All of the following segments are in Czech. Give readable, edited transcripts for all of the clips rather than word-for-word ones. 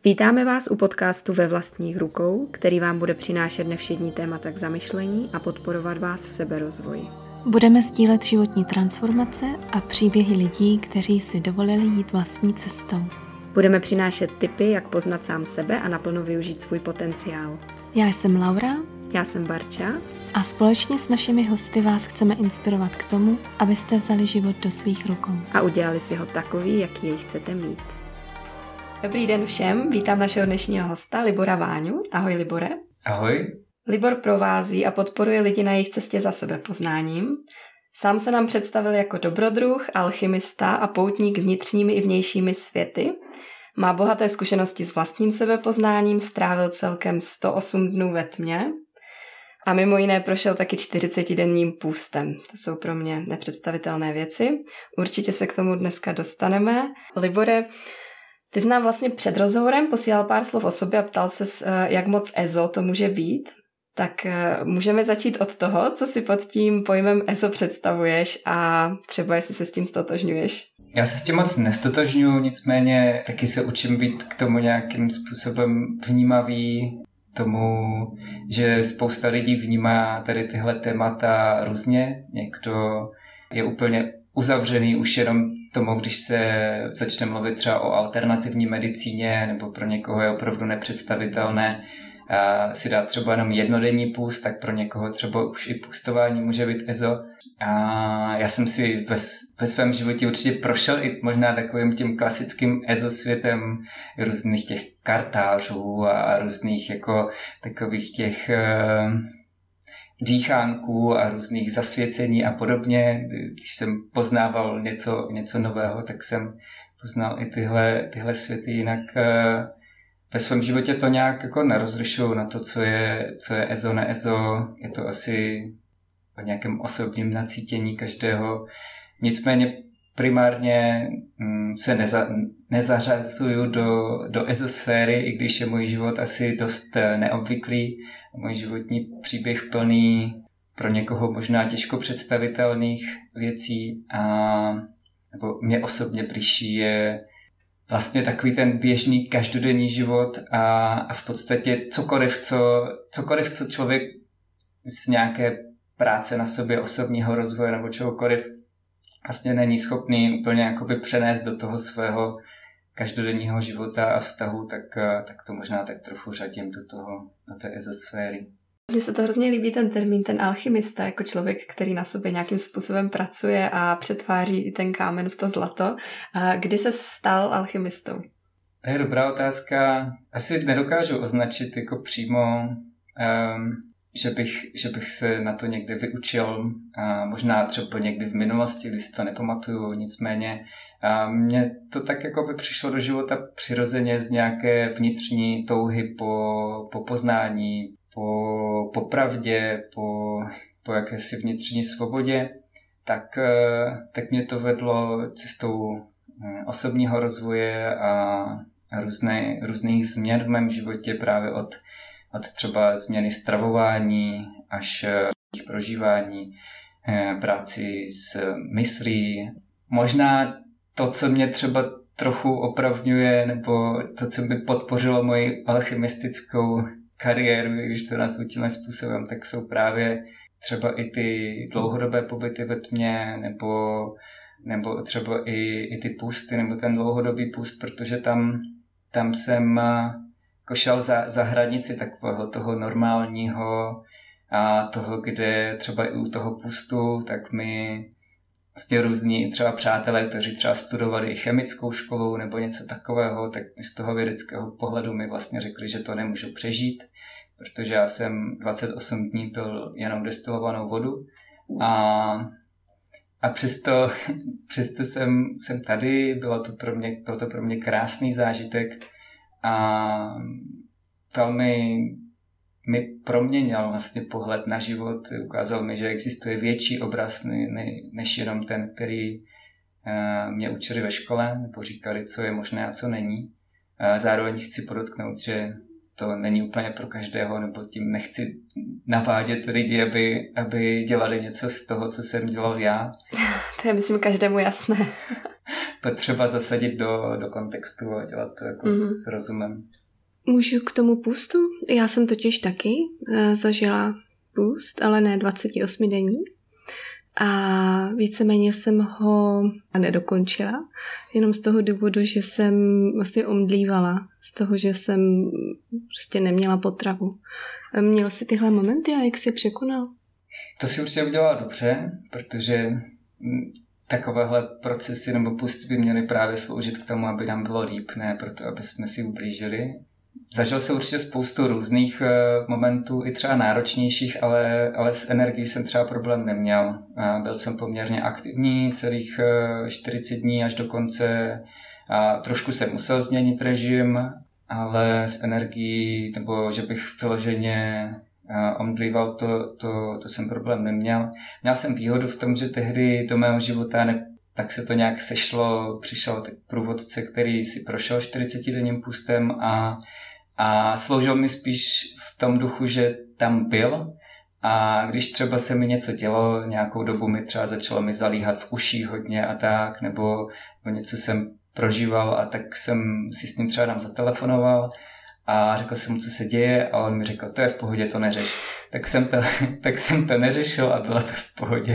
Vítáme vás u podcastu Ve vlastních rukou, který vám bude přinášet nevšední témata k zamyšlení a podporovat vás v seberozvoji. Budeme sdílet životní transformace a příběhy lidí, kteří si dovolili jít vlastní cestou. Budeme přinášet tipy, jak poznat sám sebe a naplno využít svůj potenciál. Já jsem Laura. Já jsem Barča. A společně s našimi hosty vás chceme inspirovat k tomu, abyste vzali život do svých rukou. A udělali si ho takový, jaký jej chcete mít. Dobrý den všem, vítám našeho dnešního hosta Libora Váňu. Ahoj Libore. Ahoj. Libor provází a podporuje lidi na jejich cestě za sebepoznáním. Sám se nám představil jako dobrodruh, alchymista a poutník vnitřními i vnějšími světy. Má bohaté zkušenosti s vlastním sebepoznáním, strávil celkem 108 dnů ve tmě a mimo jiné prošel taky 40denním půstem. To jsou pro mě nepředstavitelné věci. Určitě se k tomu dneska dostaneme. Libore, ty jsi nám vlastně před rozhovorem posílal pár slov o sobě a ptal ses, jak moc EZO to může být. Tak můžeme začít od toho, co si pod tím pojmem EZO představuješ a třeba jestli se s tím stotožňuješ. Já se s tím moc nestotožňuji, nicméně taky se učím být k tomu nějakým způsobem vnímavý, tomu, že spousta lidí vnímá tady tyhle témata různě. Někdo je úplně uzavřený už jenom tomu, když se začne mluvit třeba o alternativní medicíně, nebo pro někoho je opravdu nepředstavitelné si dát třeba jenom jednodenní půst, tak pro někoho třeba už i půstování může být EZO. A já jsem si ve svém životě určitě prošel i možná takovým tím klasickým EZO světem různých těch kartářů a různých jako takových těch dýchánků a různých zasvěcení a podobně. Když jsem poznával něco nového, tak jsem poznal i tyhle světy. Jinak ve svém životě to nějak jako nerozlišuju na to, co je EZO, ne EZO. Je to asi o nějakém osobním nacítění každého. Nicméně primárně se nezařazuju do EZO sféry, i když je můj život asi dost neobvyklý. Můj životní příběh plný pro někoho možná těžko představitelných věcí. Nebo mě osobně bližší je vlastně takový ten běžný každodenní život a v podstatě cokoliv, co člověk z nějaké práce na sobě, osobního rozvoje nebo čehokoliv vlastně není schopný úplně jakoby přenést do toho svého každodenního života a vztahu, tak to možná tak trochu řadím do té ezosféry. Mně se to hrozně líbí ten termín, ten alchymista, jako člověk, který na sobě nějakým způsobem pracuje a přetváří i ten kámen v to zlato. Kdy se stal alchymistou? To je dobrá otázka. Asi nedokážu označit jako přímo, že bych se na to někde vyučil. Možná třeba někdy v minulosti, když si to nepamatuju, nicméně mně to tak jako by přišlo do života přirozeně z nějaké vnitřní touhy po poznání, po pravdě, po jakési vnitřní svobodě, tak mě to vedlo cestou osobního rozvoje a různých změn v mém životě, právě od třeba změny stravování až prožívání, práci s myslí. Možná to, co mě třeba trochu opravňuje, nebo to, co by podpořilo moji alchymistickou kariéru, když to nazvu tímhle způsobem, tak jsou právě třeba i ty dlouhodobé pobyty ve tmě, nebo třeba i ty půsty, nebo ten dlouhodobý půst, protože tam jsem jako šel za hranici takového toho normálního a toho, kde třeba i u toho půstu, tak mi vlastně různí třeba přátelé, kteří třeba studovali i chemickou školu nebo něco takového, tak z toho vědeckého pohledu mi vlastně řekli, že to nemůžu přežít, protože já jsem 28 dní pil jenom destilovanou vodu a přesto jsem tady, bylo to pro mě krásný zážitek a velmi mi proměnil vlastně pohled na život, ukázal mi, že existuje větší obraz než jenom ten, který mě učili ve škole, nebo říkali, co je možné a co není. Zároveň chci podotknout, že to není úplně pro každého, nebo tím nechci navádět lidi, aby dělali něco z toho, co jsem dělal já. To je, myslím, každému jasné. potřeba zasadit do kontextu a dělat to jako s rozumem. Můžu k tomu půstu? Já jsem totiž taky zažila půst, ale ne 28 denní. A víceméně jsem ho nedokončila, jenom z toho důvodu, že jsem vlastně omdlívala, z toho, že jsem prostě neměla potravu. Měl jsi tyhle momenty a jak jsi překonal? To si určitě udělala dobře, protože takovéhle procesy nebo pusty by měly právě sloužit k tomu, aby nám bylo líp, ne proto, aby jsme si ublížili. Zažil jsem určitě spoustu různých momentů, i třeba náročnějších, ale s energií jsem třeba problém neměl. Byl jsem poměrně aktivní celých 40 dní až do konce. Trošku jsem musel změnit režim, ale s energií, nebo že bych vyloženě omdlíval, to jsem problém neměl. Měl jsem výhodu v tom, že tehdy do mého života tak se to nějak sešlo, přišel průvodce, který si prošel 40denním pustem a sloužil mi spíš v tom duchu, že tam byl a když třeba se mi něco dělo, nějakou dobu mi třeba začalo mi zalíhat v uších hodně a tak, nebo něco jsem prožíval a tak jsem si s ním třeba tam zatelefonoval a řekl jsem mu, co se děje a on mi řekl, to je v pohodě, to neřeš. Tak jsem to neřešil a bylo to v pohodě.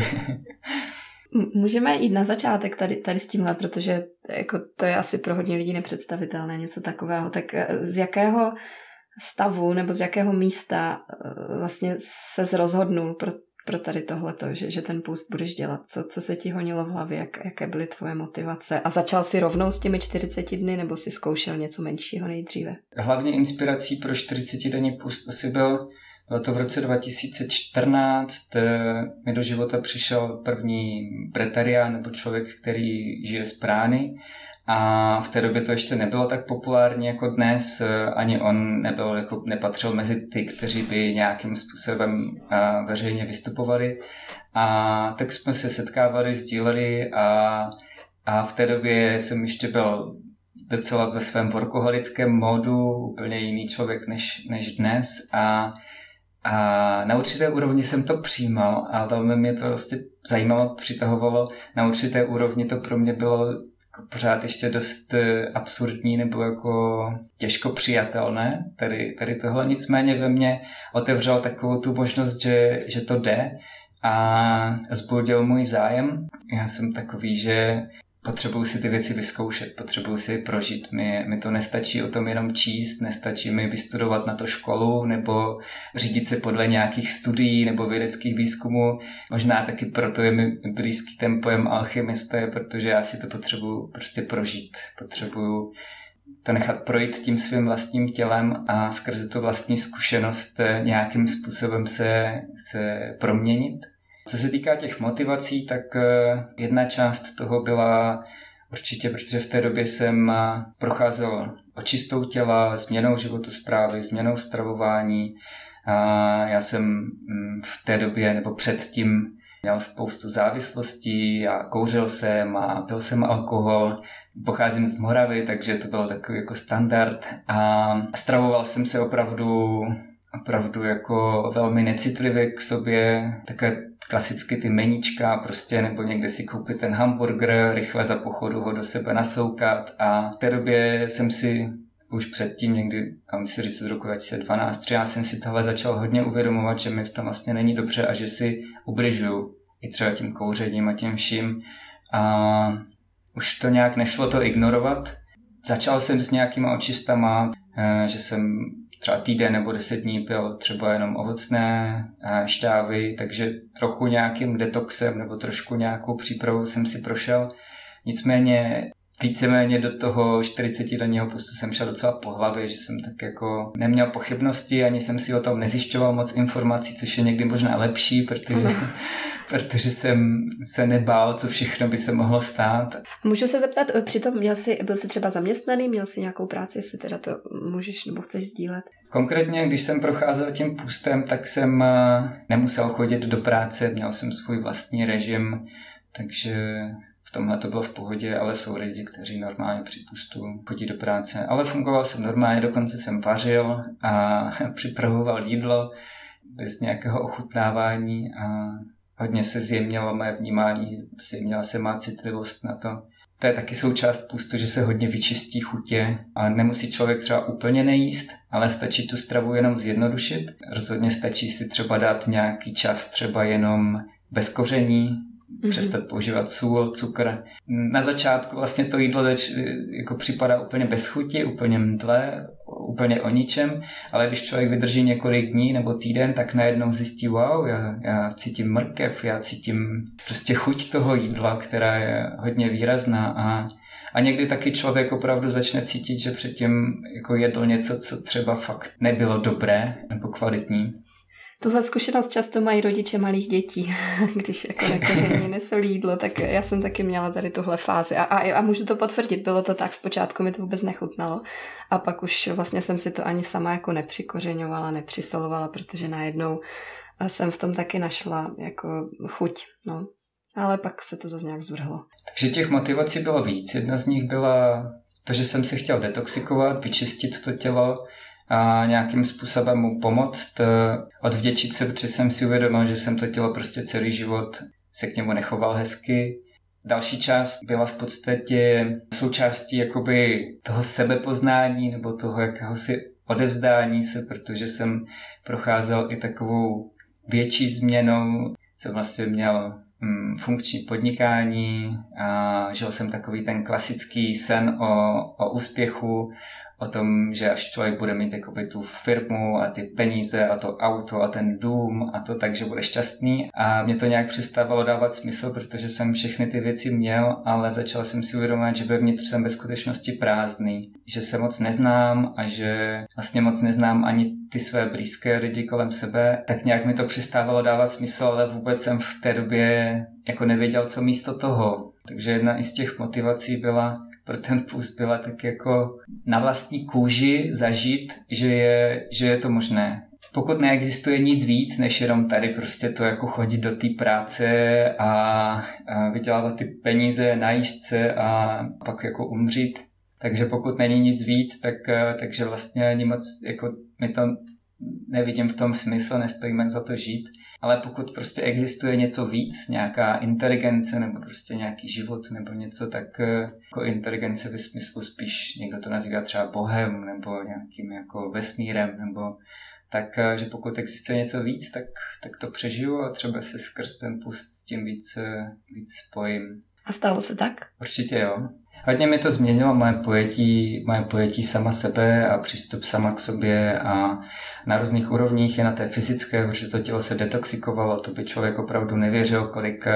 Můžeme jít na začátek tady s tímhle, protože jako to je asi pro hodně lidí nepředstavitelné něco takového. Tak z jakého stavu nebo z jakého místa vlastně ses rozhodnul pro tady tohleto, že ten půst budeš dělat? Co se ti honilo v hlavě, jaké byly tvoje motivace? A začal si rovnou s těmi 40 dny nebo si zkoušel něco menšího nejdříve? Hlavně inspirací pro 40denní půst asi bylo to v roce 2014, mi do života přišel první bretarián nebo člověk, který žije z prány a v té době to ještě nebylo tak populární jako dnes, ani on nepatřil mezi ty, kteří by nějakým způsobem veřejně vystupovali a tak jsme se setkávali, sdíleli a v té době jsem ještě byl docela ve svém workoholickém módu, úplně jiný člověk než dnes a na určité úrovni jsem to přijímal a velmi mě to vlastně zajímalo, přitahovalo. Na určité úrovni to pro mě bylo jako pořád ještě dost absurdní nebo jako těžko přijatelné. Tady tohle nicméně ve mně otevřel takovou tu možnost, že to jde a zbudil můj zájem. Já jsem takový, že potřebuji si ty věci vyzkoušet, potřebuji si je prožít. Mi to nestačí o tom jenom číst, nestačí mi vystudovat na to školu nebo řídit se podle nějakých studií nebo vědeckých výzkumů. Možná taky proto je mi blízký ten pojem alchymista, protože já si to potřebuji prostě prožít. Potřebuji to nechat projít tím svým vlastním tělem a skrze tu vlastní zkušenost nějakým způsobem se proměnit. Co se týká těch motivací, tak jedna část toho byla určitě, protože v té době jsem procházel očistou těla, změnou životosprávy, změnou stravování. Já jsem v té době nebo předtím měl spoustu závislostí a kouřil jsem a pil jsem alkohol. Pocházím z Moravy, takže to byl takový jako standard a stravoval jsem se opravdu jako velmi necitlivě k sobě, také klasicky ty meníčka prostě, nebo někde si koupit ten hamburger, rychle za pochodu ho do sebe nasoukat a v té době jsem si už předtím někdy, kam si říct od roku 2012-2013 jsem si tohle začal hodně uvědomovat, že mi v tom vlastně není dobře a že si ubližuju i třeba tím kouřením a tím vším a už to nějak nešlo to ignorovat. Začal jsem s nějakýma očistama, že jsem třeba týden nebo 10 dní pil třeba jenom ovocné šťávy, takže trochu nějakým detoxem nebo trošku nějakou přípravou jsem si prošel. Nicméně víceméně do toho 40denního postu jsem šel docela po hlavě, že jsem tak jako neměl pochybnosti, ani jsem si o tom nezjišťoval moc informací, což je někdy možná lepší, protože jsem se nebál, co všechno by se mohlo stát. Můžu se zeptat, přitom byl jsi třeba zaměstnaný, měl jsi nějakou práci, jestli teda to můžeš nebo chceš sdílet? Konkrétně, když jsem procházel tím pustem, tak jsem nemusel chodit do práce, měl jsem svůj vlastní režim, takže v tomhle to bylo v pohodě, ale jsou lidi, kteří normálně při pustu chodí do práce. Ale fungoval jsem normálně, dokonce jsem vařil a připravoval jídlo bez nějakého ochutnávání a hodně se zjemnilo moje vnímání, zjemnila se má citlivost na to. To je taky součást půstu, že se hodně vyčistí chutě a nemusí člověk třeba úplně nejíst, ale stačí tu stravu jenom zjednodušit. Rozhodně stačí si třeba dát nějaký čas třeba jenom bez koření, přestat používat sůl, cukr. Na začátku vlastně to jídlo jako připadá úplně bez chuti, úplně mdle, úplně o ničem, ale když člověk vydrží několik dní nebo týden, tak najednou zjistí, wow, já cítím mrkev, já cítím prostě chuť toho jídla, která je hodně výrazná a někdy taky člověk opravdu začne cítit, že předtím jako jedl něco, co třeba fakt nebylo dobré nebo kvalitní. Tuhle zkušenost často mají rodiče malých dětí, když jako nekoření nesolí jídlo, tak já jsem taky měla tady tuhle fázi a můžu to potvrdit, bylo to tak, zpočátku mi to vůbec nechutnalo a pak už vlastně jsem si to ani sama jako nepřikořeňovala, nepřisolovala, protože najednou jsem v tom taky našla jako chuť, no. Ale pak se to zase nějak zvrhlo. Takže těch motivací bylo víc, jedna z nich byla to, že jsem se chtěl detoxikovat, vyčistit to tělo, a nějakým způsobem mu pomoct, odvděčit se, protože jsem si uvědomil, že jsem to tělo prostě celý život se k němu nechoval hezky. Další část byla v podstatě součástí jakoby toho sebepoznání nebo toho jakéhosi odevzdání se, protože jsem procházel i takovou větší změnou. Jsem vlastně měl funkční podnikání a žil jsem takový ten klasický sen o úspěchu, o tom, že až člověk bude mít jakoby tu firmu a ty peníze a to auto a ten dům a to tak, že bude šťastný. A mě to nějak přestávalo dávat smysl, protože jsem všechny ty věci měl, ale začal jsem si uvědomovat, že vevnitř jsem ve skutečnosti prázdný, že se moc neznám a že vlastně moc neznám ani ty své blízké lidi kolem sebe. Tak nějak mi to přestávalo dávat smysl, ale vůbec jsem v té době jako nevěděl, co místo toho. Takže jedna z těch motivací byla pro ten půst byla tak jako na vlastní kůži zažít, že je to možné. Pokud neexistuje nic víc, než jenom tady prostě to jako chodit do té práce a vydělávat ty peníze, najíst se a pak jako umřít. Takže pokud není nic víc, takže vlastně ani moc jako my to nevidím v tom smysl, nestojíme za to žít. Ale pokud prostě existuje něco víc, nějaká inteligence nebo prostě nějaký život nebo něco, tak jako inteligence ve smyslu spíš někdo to nazývá třeba Bohem nebo nějakým jako vesmírem nebo tak, že pokud existuje něco víc, tak to přežiju a třeba se skrz ten půst s tím víc spojím. A stalo se tak? Určitě jo. Hodně mi to změnilo moje pojetí sama sebe a přístup sama k sobě a na různých úrovních je na té fyzické, protože to tělo se detoxikovalo, to by člověk opravdu nevěřil,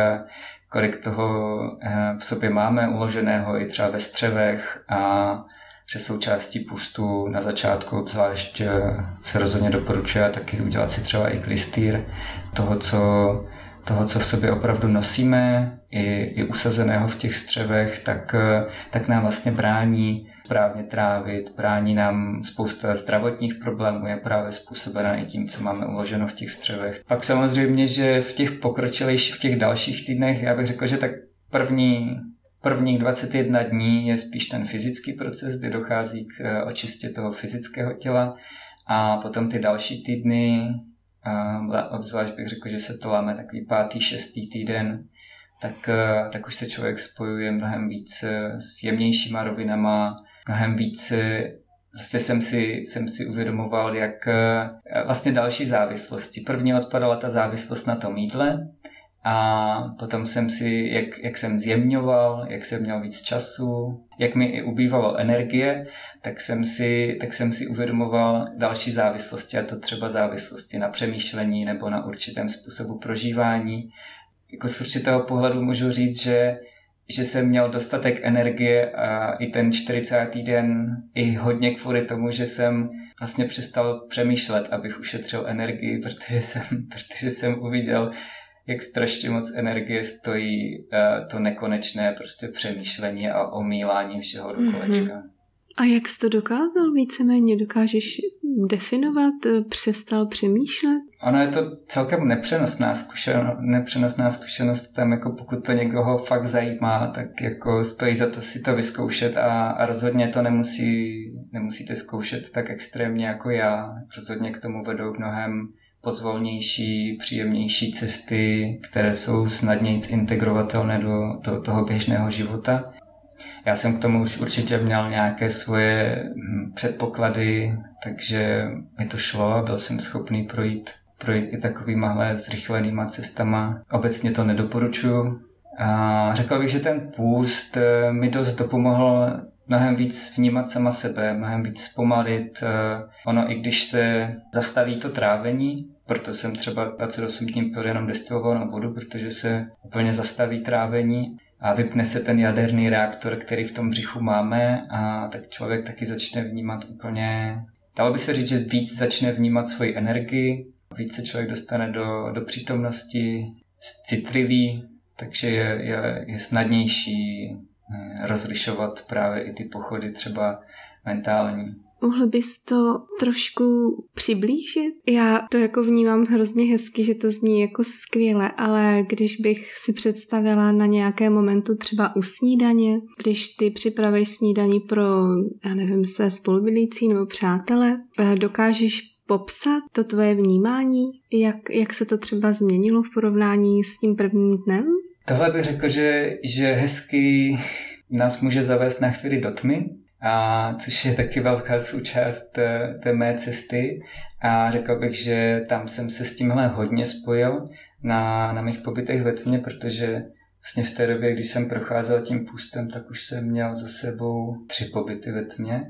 kolik toho v sobě máme uloženého i třeba ve střevech a přes součástí půstu na začátku obzvlášť se rozhodně doporučuje taky udělat si třeba i klystýr toho, co v sobě opravdu nosíme, i usazeného v těch střevech, tak nám vlastně brání správně trávit, brání nám spousta zdravotních problémů, je právě způsobená i tím, co máme uloženo v těch střevech. Pak samozřejmě, že v těch dalších týdnech, já bych řekl, že tak prvních 21 dní je spíš ten fyzický proces, kdy dochází k očistě toho fyzického těla a potom ty další týdny, obzvlášť bych řekl, že se to láme takový 5., 6. týden, tak už se člověk spojuje mnohem víc s jemnějšíma rovinama, mnohem víc zase jsem si uvědomoval, jak vlastně další závislosti. První odpadala ta závislost na tom jídle a potom jsem si, jak jsem zjemňoval, jak jsem měl víc času, jak mi i ubývalo energie, tak jsem si uvědomoval další závislosti, a to třeba závislosti na přemýšlení nebo na určitém způsobu prožívání. Jako z určitého pohledu můžu říct, že jsem měl dostatek energie a i ten 40. den i hodně kvůli tomu, že jsem vlastně přestal přemýšlet, abych ušetřil energii, protože jsem uviděl, jak strašně moc energie stojí to nekonečné prostě přemýšlení a omílání všeho do kolečka. A jak jsi to dokázal víceméně? Dokážeš definovat? Přestal přemýšlet? Ono je to celkem nepřenosná zkušenost. Tam jako pokud to někoho fakt zajímá, tak jako stojí za to si to vyzkoušet a rozhodně to nemusíte zkoušet tak extrémně jako já. Rozhodně k tomu vedou mnohem pozvolnější, příjemnější cesty, které jsou snadněji integrovatelné do toho běžného života. Já jsem k tomu už určitě měl nějaké svoje předpoklady, takže mi to šlo a byl jsem schopný projít i takovýmahle zrychlenýma cestama. Obecně to nedoporučuju. A řekl bych, že ten půst mi dost dopomohl mnohem víc vnímat sama sebe, mnohem víc zpomalit. Ono, i když se zastaví to trávení, proto jsem třeba 28 dní jenom destilovanou vodu, protože se úplně zastaví trávení a vypne se ten jaderný reaktor, který v tom břichu máme, a tak člověk taky začne vnímat úplně, dalo by se říct, že víc začne vnímat svoji energii, víc se člověk dostane do přítomnosti, citlivý, takže je snadnější rozlišovat právě i ty pochody třeba mentální. Mohl bys to trošku přiblížit? Já to jako vnímám hrozně hezky, že to zní jako skvěle, ale když bych si představila na nějaké momentu třeba u snídaně, když ty připravíš snídaní pro, já nevím, své spolubydlící nebo přátele, dokážeš popsat to tvoje vnímání? Jak se to třeba změnilo v porovnání s tím prvním dnem? Tohle bych řekl, že hezky nás může zavést na chvíli do tmy, a což je taky velká součást té mé cesty, a řekl bych, že tam jsem se s tímhle hodně spojil na mých pobytech ve tmě, protože vlastně v té době, když jsem procházel tím půstem, tak už jsem měl za sebou 3 pobyty ve tmě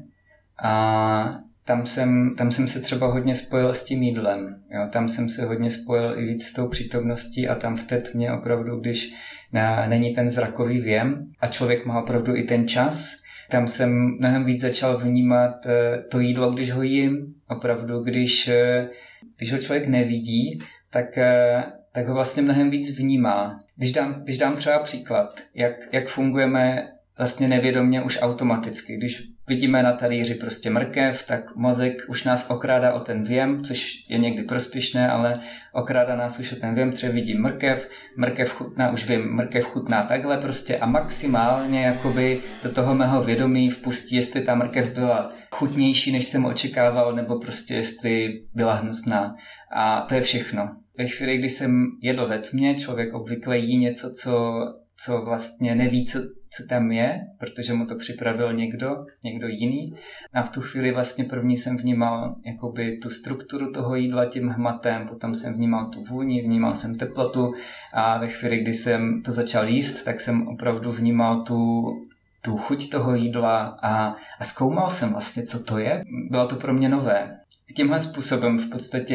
a tam jsem se třeba hodně spojil s tím jídlem. Jo? Tam jsem se hodně spojil i víc s tou přítomností a tam v té tmě opravdu, když není ten zrakový věm a člověk má opravdu i ten čas, tam jsem mnohem víc začal vnímat to jídlo, když ho jim. Opravdu, když ho člověk nevidí, tak ho vlastně mnohem víc vnímá. Když dám třeba příklad, jak fungujeme vlastně nevědomě už automaticky. Když vidíme na talíři prostě mrkev, tak mozek už nás okrádá o ten věm, což je někdy prospěšné, ale okrádá nás už o ten věm, třeba vidím mrkev chutná, už vím, mrkev chutná takhle prostě a maximálně jakoby do toho mého vědomí vpustí, jestli ta mrkev byla chutnější, než jsem očekával, nebo prostě jestli byla hnusná. A to je všechno. Ve chvíli, kdy jsem jedl ve tmě, člověk obvykle jí něco, co vlastně neví, co tam je, protože mu to připravil někdo jiný. A v tu chvíli vlastně první jsem vnímal jakoby tu strukturu toho jídla tím hmatem, potom jsem vnímal tu vůni, vnímal jsem teplotu a ve chvíli, kdy jsem to začal jíst, tak jsem opravdu vnímal tu chuť toho jídla a zkoumal jsem vlastně, co to je. Bylo to pro mě nové. Tímhle způsobem v podstatě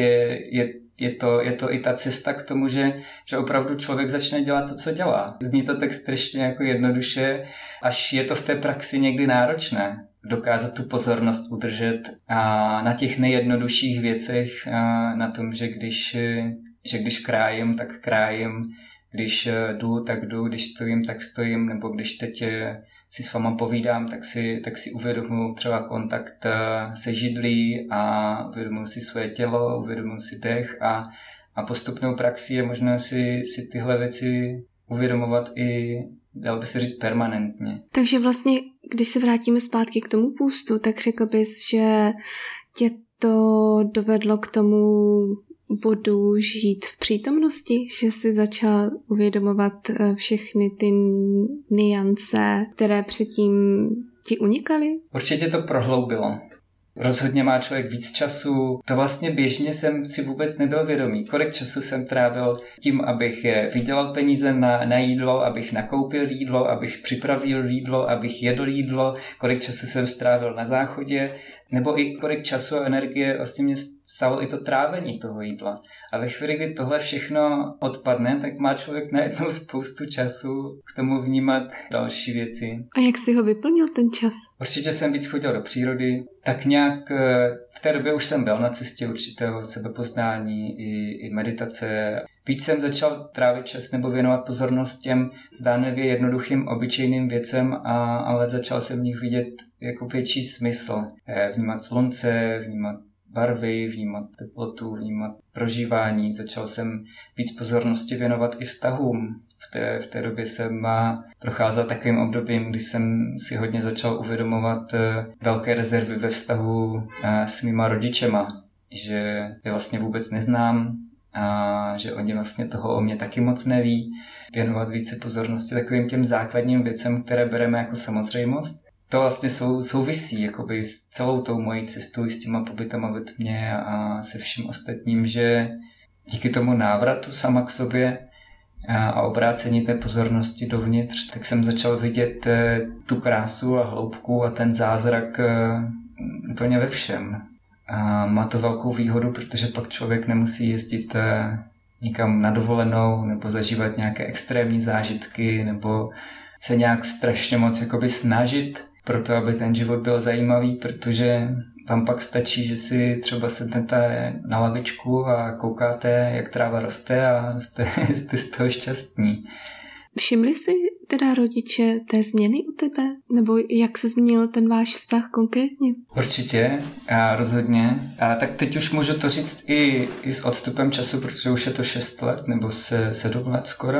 je to i ta cesta k tomu, že opravdu člověk začne dělat to, co dělá. Zní to tak strašně jako jednoduše, až je to v té praxi někdy náročné. Dokázat tu pozornost udržet a na těch nejjednodušších věcech, na tom, že když krájím, tak krájím, když jdu, tak jdu, když stojím, tak stojím, nebo když teď si s váma povídám, tak si uvědomuji třeba kontakt se židlí a uvědomuji si svoje tělo, uvědomuji si dech a postupnou praxi je možné si tyhle věci uvědomovat i, dalo by se říct, permanentně. Takže vlastně, když se vrátíme zpátky k tomu půstu, tak řekl bys, že tě to dovedlo k tomu bodu žít v přítomnosti, že si začal uvědomovat všechny ty nuance, které předtím ti unikaly? Určitě to prohloubilo. Rozhodně má člověk víc času. To vlastně běžně jsem si vůbec nebyl vědomý. Kolik času jsem trávil tím, abych vydělal peníze na jídlo, abych nakoupil jídlo, abych připravil jídlo, abych jedl jídlo, kolik času jsem strávil na záchodě, nebo i kolik času a energie vlastně mě stalo i to trávení toho jídla. A ve chvíli, kdy tohle všechno odpadne, tak má člověk najednou spoustu času k tomu vnímat další věci. A jak si ho vyplnil ten čas? Určitě jsem víc chodil do přírody. Tak nějak v té době už jsem byl na cestě určitého sebepoznání i meditace. Víc jsem začal trávit čas nebo věnovat pozornost těm zdánlivě jednoduchým, obyčejným věcem, ale začal jsem v nich vidět jako větší smysl. Vnímat slunce, vnímat barvy, vnímat teplotu, vnímat prožívání. Začal jsem víc pozornosti věnovat i vztahům. V té době jsem procházel takovým obdobím, kdy jsem si hodně začal uvědomovat velké rezervy ve vztahu s mýma rodičema, že je vlastně vůbec neznám a že oni vlastně toho o mě taky moc neví, věnovat více pozornosti takovým těm základním věcem, které bereme jako samozřejmost. To vlastně souvisí jakoby s celou tou mojí cestou, s těma pobytama ve tmě a se vším ostatním, že díky tomu návratu sama k sobě a obrácení té pozornosti dovnitř, tak jsem začal vidět tu krásu a hloubku a ten zázrak úplně ve všem. A má to velkou výhodu, protože pak člověk nemusí jezdit nikam na dovolenou nebo zažívat nějaké extrémní zážitky nebo se nějak strašně moc jakoby snažit pro to, aby ten život byl zajímavý, protože vám pak stačí, že si třeba sednete na lavičku a koukáte, jak tráva roste a jste z toho šťastní. Všimli si teda rodiče té změny u tebe? Nebo jak se změnil ten váš vztah konkrétně? Určitě, a rozhodně. A tak teď už můžu to říct i s odstupem času, protože už je to 6 let nebo 7 let skoro.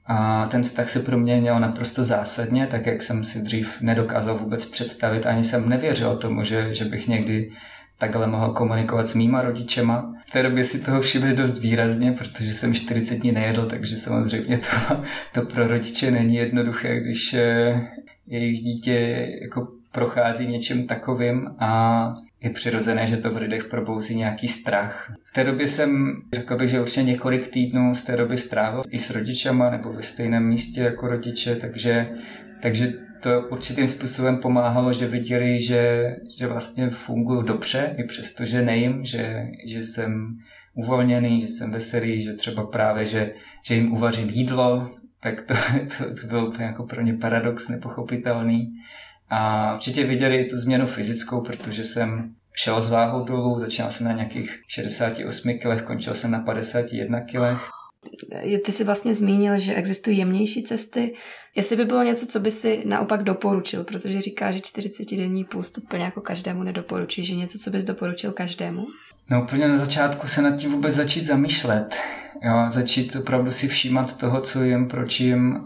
A ten vztah se proměnil naprosto zásadně, tak jak jsem si dřív nedokázal vůbec představit. Ani jsem nevěřil tomu, že bych někdy takhle mohl komunikovat s mýma rodičema. V té době si toho všimli dost výrazně, protože jsem 40 dní nejedl, takže samozřejmě to pro rodiče není jednoduché, když jejich dítě jako prochází něčím takovým a je přirozené, že to v lidech probouzí nějaký strach. V té době jsem, řekl bych, že určitě několik týdnů z té doby strávil i s rodičema nebo ve stejném místě jako rodiče, takže to určitým způsobem pomáhalo, že viděli, že vlastně funguji dobře, i přesto, že nejím, že jsem uvolněný, že jsem veselý, že třeba právě, že jim uvařím jídlo, tak to bylo úplně jako pro ně paradox nepochopitelný. A určitě viděli i tu změnu fyzickou, protože jsem šel s váhou dolů, začínal jsem na nějakých 68 kilech, končil jsem na 51 kilech. Ty jsi vlastně zmínil, že existují jemnější cesty. Jestli by bylo něco, co by si naopak doporučil, protože říká, že 40-denní půst úplně jako každému nedoporučí, že něco, co bys doporučil každému? No úplně na začátku se nad tím vůbec začít zamýšlet. Jo, začít opravdu si všímat toho, co jim, proč jim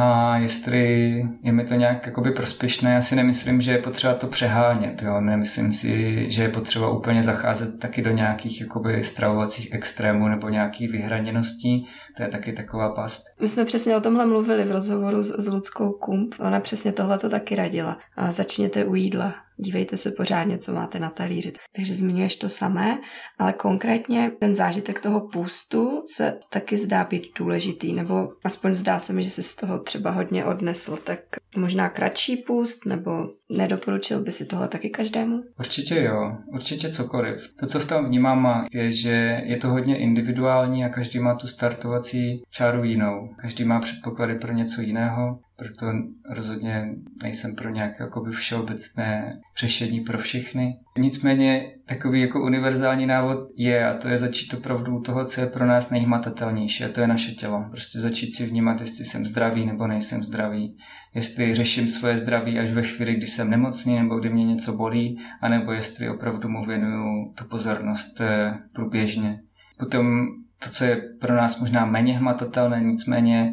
a jestli je mi to nějak jakoby prospěšné. Já si nemyslím, že je potřeba to přehánět. Jo. Nemyslím si, že je potřeba úplně zacházet taky do nějakých jakoby stravovacích extrémů nebo nějakých vyhraněností. To je taky taková past. My jsme přesně o tomhle mluvili v rozhovoru s Ludskou Kump. Ona přesně tohle to taky radila. A začněte u jídla. Dívejte se pořádně, co máte na talíři. Takže zmiňuješ to samé, ale konkrétně ten zážitek toho půstu se taky zdá být důležitý, nebo aspoň zdá se mi, že jsi z toho třeba hodně odnesl. Tak možná kratší půst, nebo nedoporučil by si tohle taky každému? Určitě jo, určitě cokoliv. To, co v tom vnímám, je, že je to hodně individuální a každý má tu startovací čáru jinou. Každý má předpoklady pro něco jiného. Proto rozhodně nejsem pro nějaké jakoby všeobecné řešení pro všechny. Nicméně takový jako univerzální návod je, a to je začít opravdu u toho, co je pro nás nejhmatatelnější, a to je naše tělo. Prostě začít si vnímat, jestli jsem zdravý nebo nejsem zdravý, jestli řeším svoje zdraví až ve chvíli, kdy jsem nemocný nebo kdy mě něco bolí, anebo jestli opravdu mu věnuju tu pozornost průběžně. Potom to, co je pro nás možná méně hmatatelné, nicméně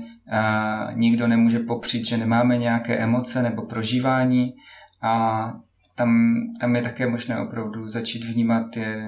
nikdo nemůže popřít, že nemáme nějaké emoce nebo prožívání a tam je také možné opravdu začít vnímat,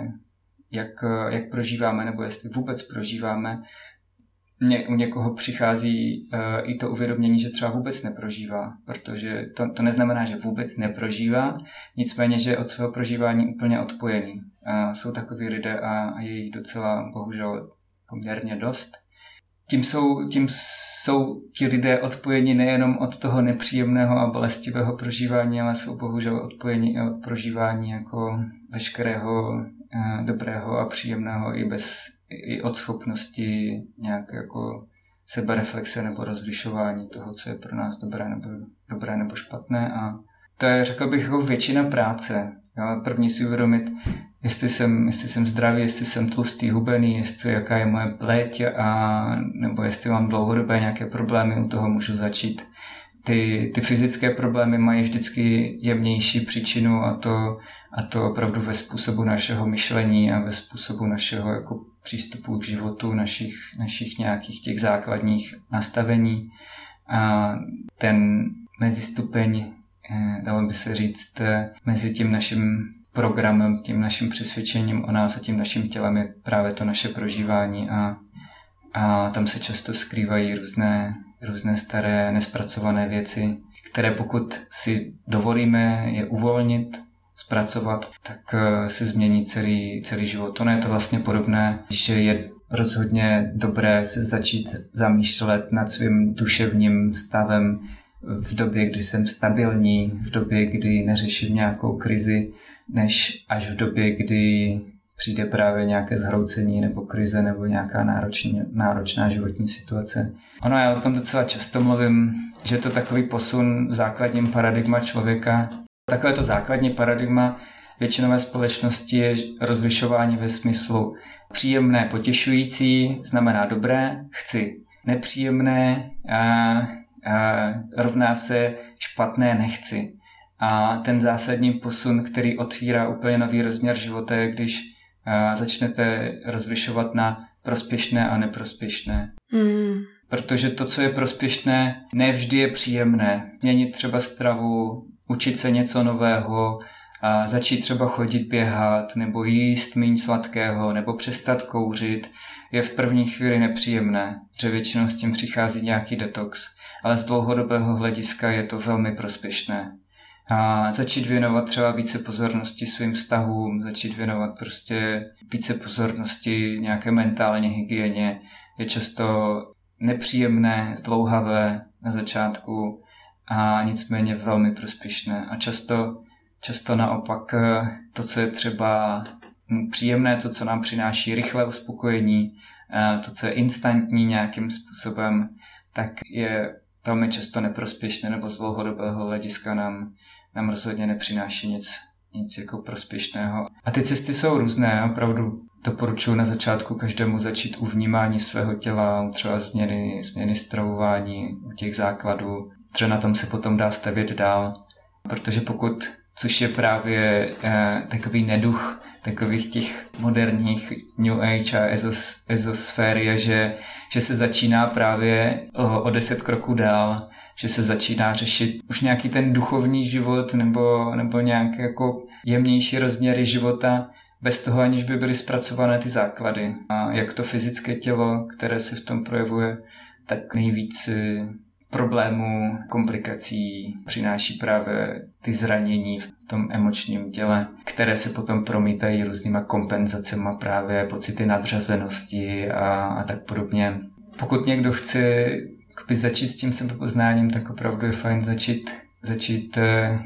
jak prožíváme nebo jestli vůbec prožíváme. U někoho přichází i to uvědomění, že třeba vůbec neprožívá, protože to neznamená, že vůbec neprožívá, nicméně, že je od svého prožívání úplně odpojený. Jsou takový lidé a je jich docela bohužel poměrně dost. Tím jsou ti lidé odpojeni nejenom od toho nepříjemného a bolestivého prožívání, ale jsou bohužel odpojeni i od prožívání jako veškerého dobrého a příjemného i od schopnosti nějaké jako sebereflexe nebo rozlišování toho, co je pro nás dobré nebo špatné. A to je, řekl bych, jako většina práce. Jo? První si uvědomit, jestli jsem zdravý, jestli jsem tlustý, hubený, jaká je moje pleť, nebo jestli mám dlouhodobé nějaké problémy, u toho můžu začít. Ty fyzické problémy mají vždycky jemnější příčinu a to opravdu ve způsobu našeho myšlení a ve způsobu našeho jako přístupu k životu, našich nějakých těch základních nastavení. A ten mezistupeň, dalo by se říct, mezi tím naším programem, tím naším přesvědčením o nás a tím naším tělem je právě to naše prožívání a tam se často skrývají různé staré nespracované věci, které pokud si dovolíme je uvolnit, zpracovat, tak se změní celý život. Ono je to vlastně podobné, že je rozhodně dobré se začít zamýšlet nad svým duševním stavem v době, kdy jsem stabilní, v době, kdy neřeším nějakou krizi, než až v době, kdy přijde právě nějaké zhroucení nebo krize nebo nějaká náročná životní situace. Ono, já o tom docela často mluvím, že je to takový posun v základním paradigma člověka. Takové to základní paradigma většinové společnosti je rozlišování ve smyslu příjemné, potěšující, znamená dobré, chci. Nepříjemné rovná se špatné, nechci. A ten zásadní posun, který otvírá úplně nový rozměr života, je když začnete rozlišovat na prospěšné a neprospěšné. Protože to, co je prospěšné, nevždy je příjemné. Změnit třeba stravu, učit se něco nového, a začít třeba chodit běhat, nebo jíst méně sladkého, nebo přestat kouřit, je v první chvíli nepříjemné, protože většinou s tím přichází nějaký detox, ale z dlouhodobého hlediska je to velmi prospěšné. A začít věnovat třeba více pozornosti svým vztahům, začít věnovat prostě více pozornosti nějaké mentální hygieně, je často nepříjemné, zdlouhavé na začátku a nicméně velmi prospěšné. A často naopak to, co je třeba příjemné, to, co nám přináší rychlé uspokojení, to, co je instantní nějakým způsobem, tak je velmi často neprospěšné nebo z dlouhodobého hlediska nám rozhodně nepřináší nic jako prospěšného. A ty cesty jsou různé, opravdu doporučuji na začátku každému začít u vnímání svého těla, třeba změny stravování, u těch základů. Třeba na tom se potom dá stavět dál, protože což je právě takový neduch takových těch moderních New Age a ezosfér je, že se začíná právě o 10 kroků dál, že se začíná řešit už nějaký ten duchovní život nebo nějaké jako jemnější rozměry života bez toho, aniž by byly zpracované ty základy. A jak to fyzické tělo, které se v tom projevuje, tak nejvíc problémů, komplikací přináší právě ty zranění v tom emočním těle, které se potom promítají různýma kompenzacema, právě pocity nadřazenosti a tak podobně. Pokud někdo chce začít s tím sebepoznáním, tak opravdu je fajn začít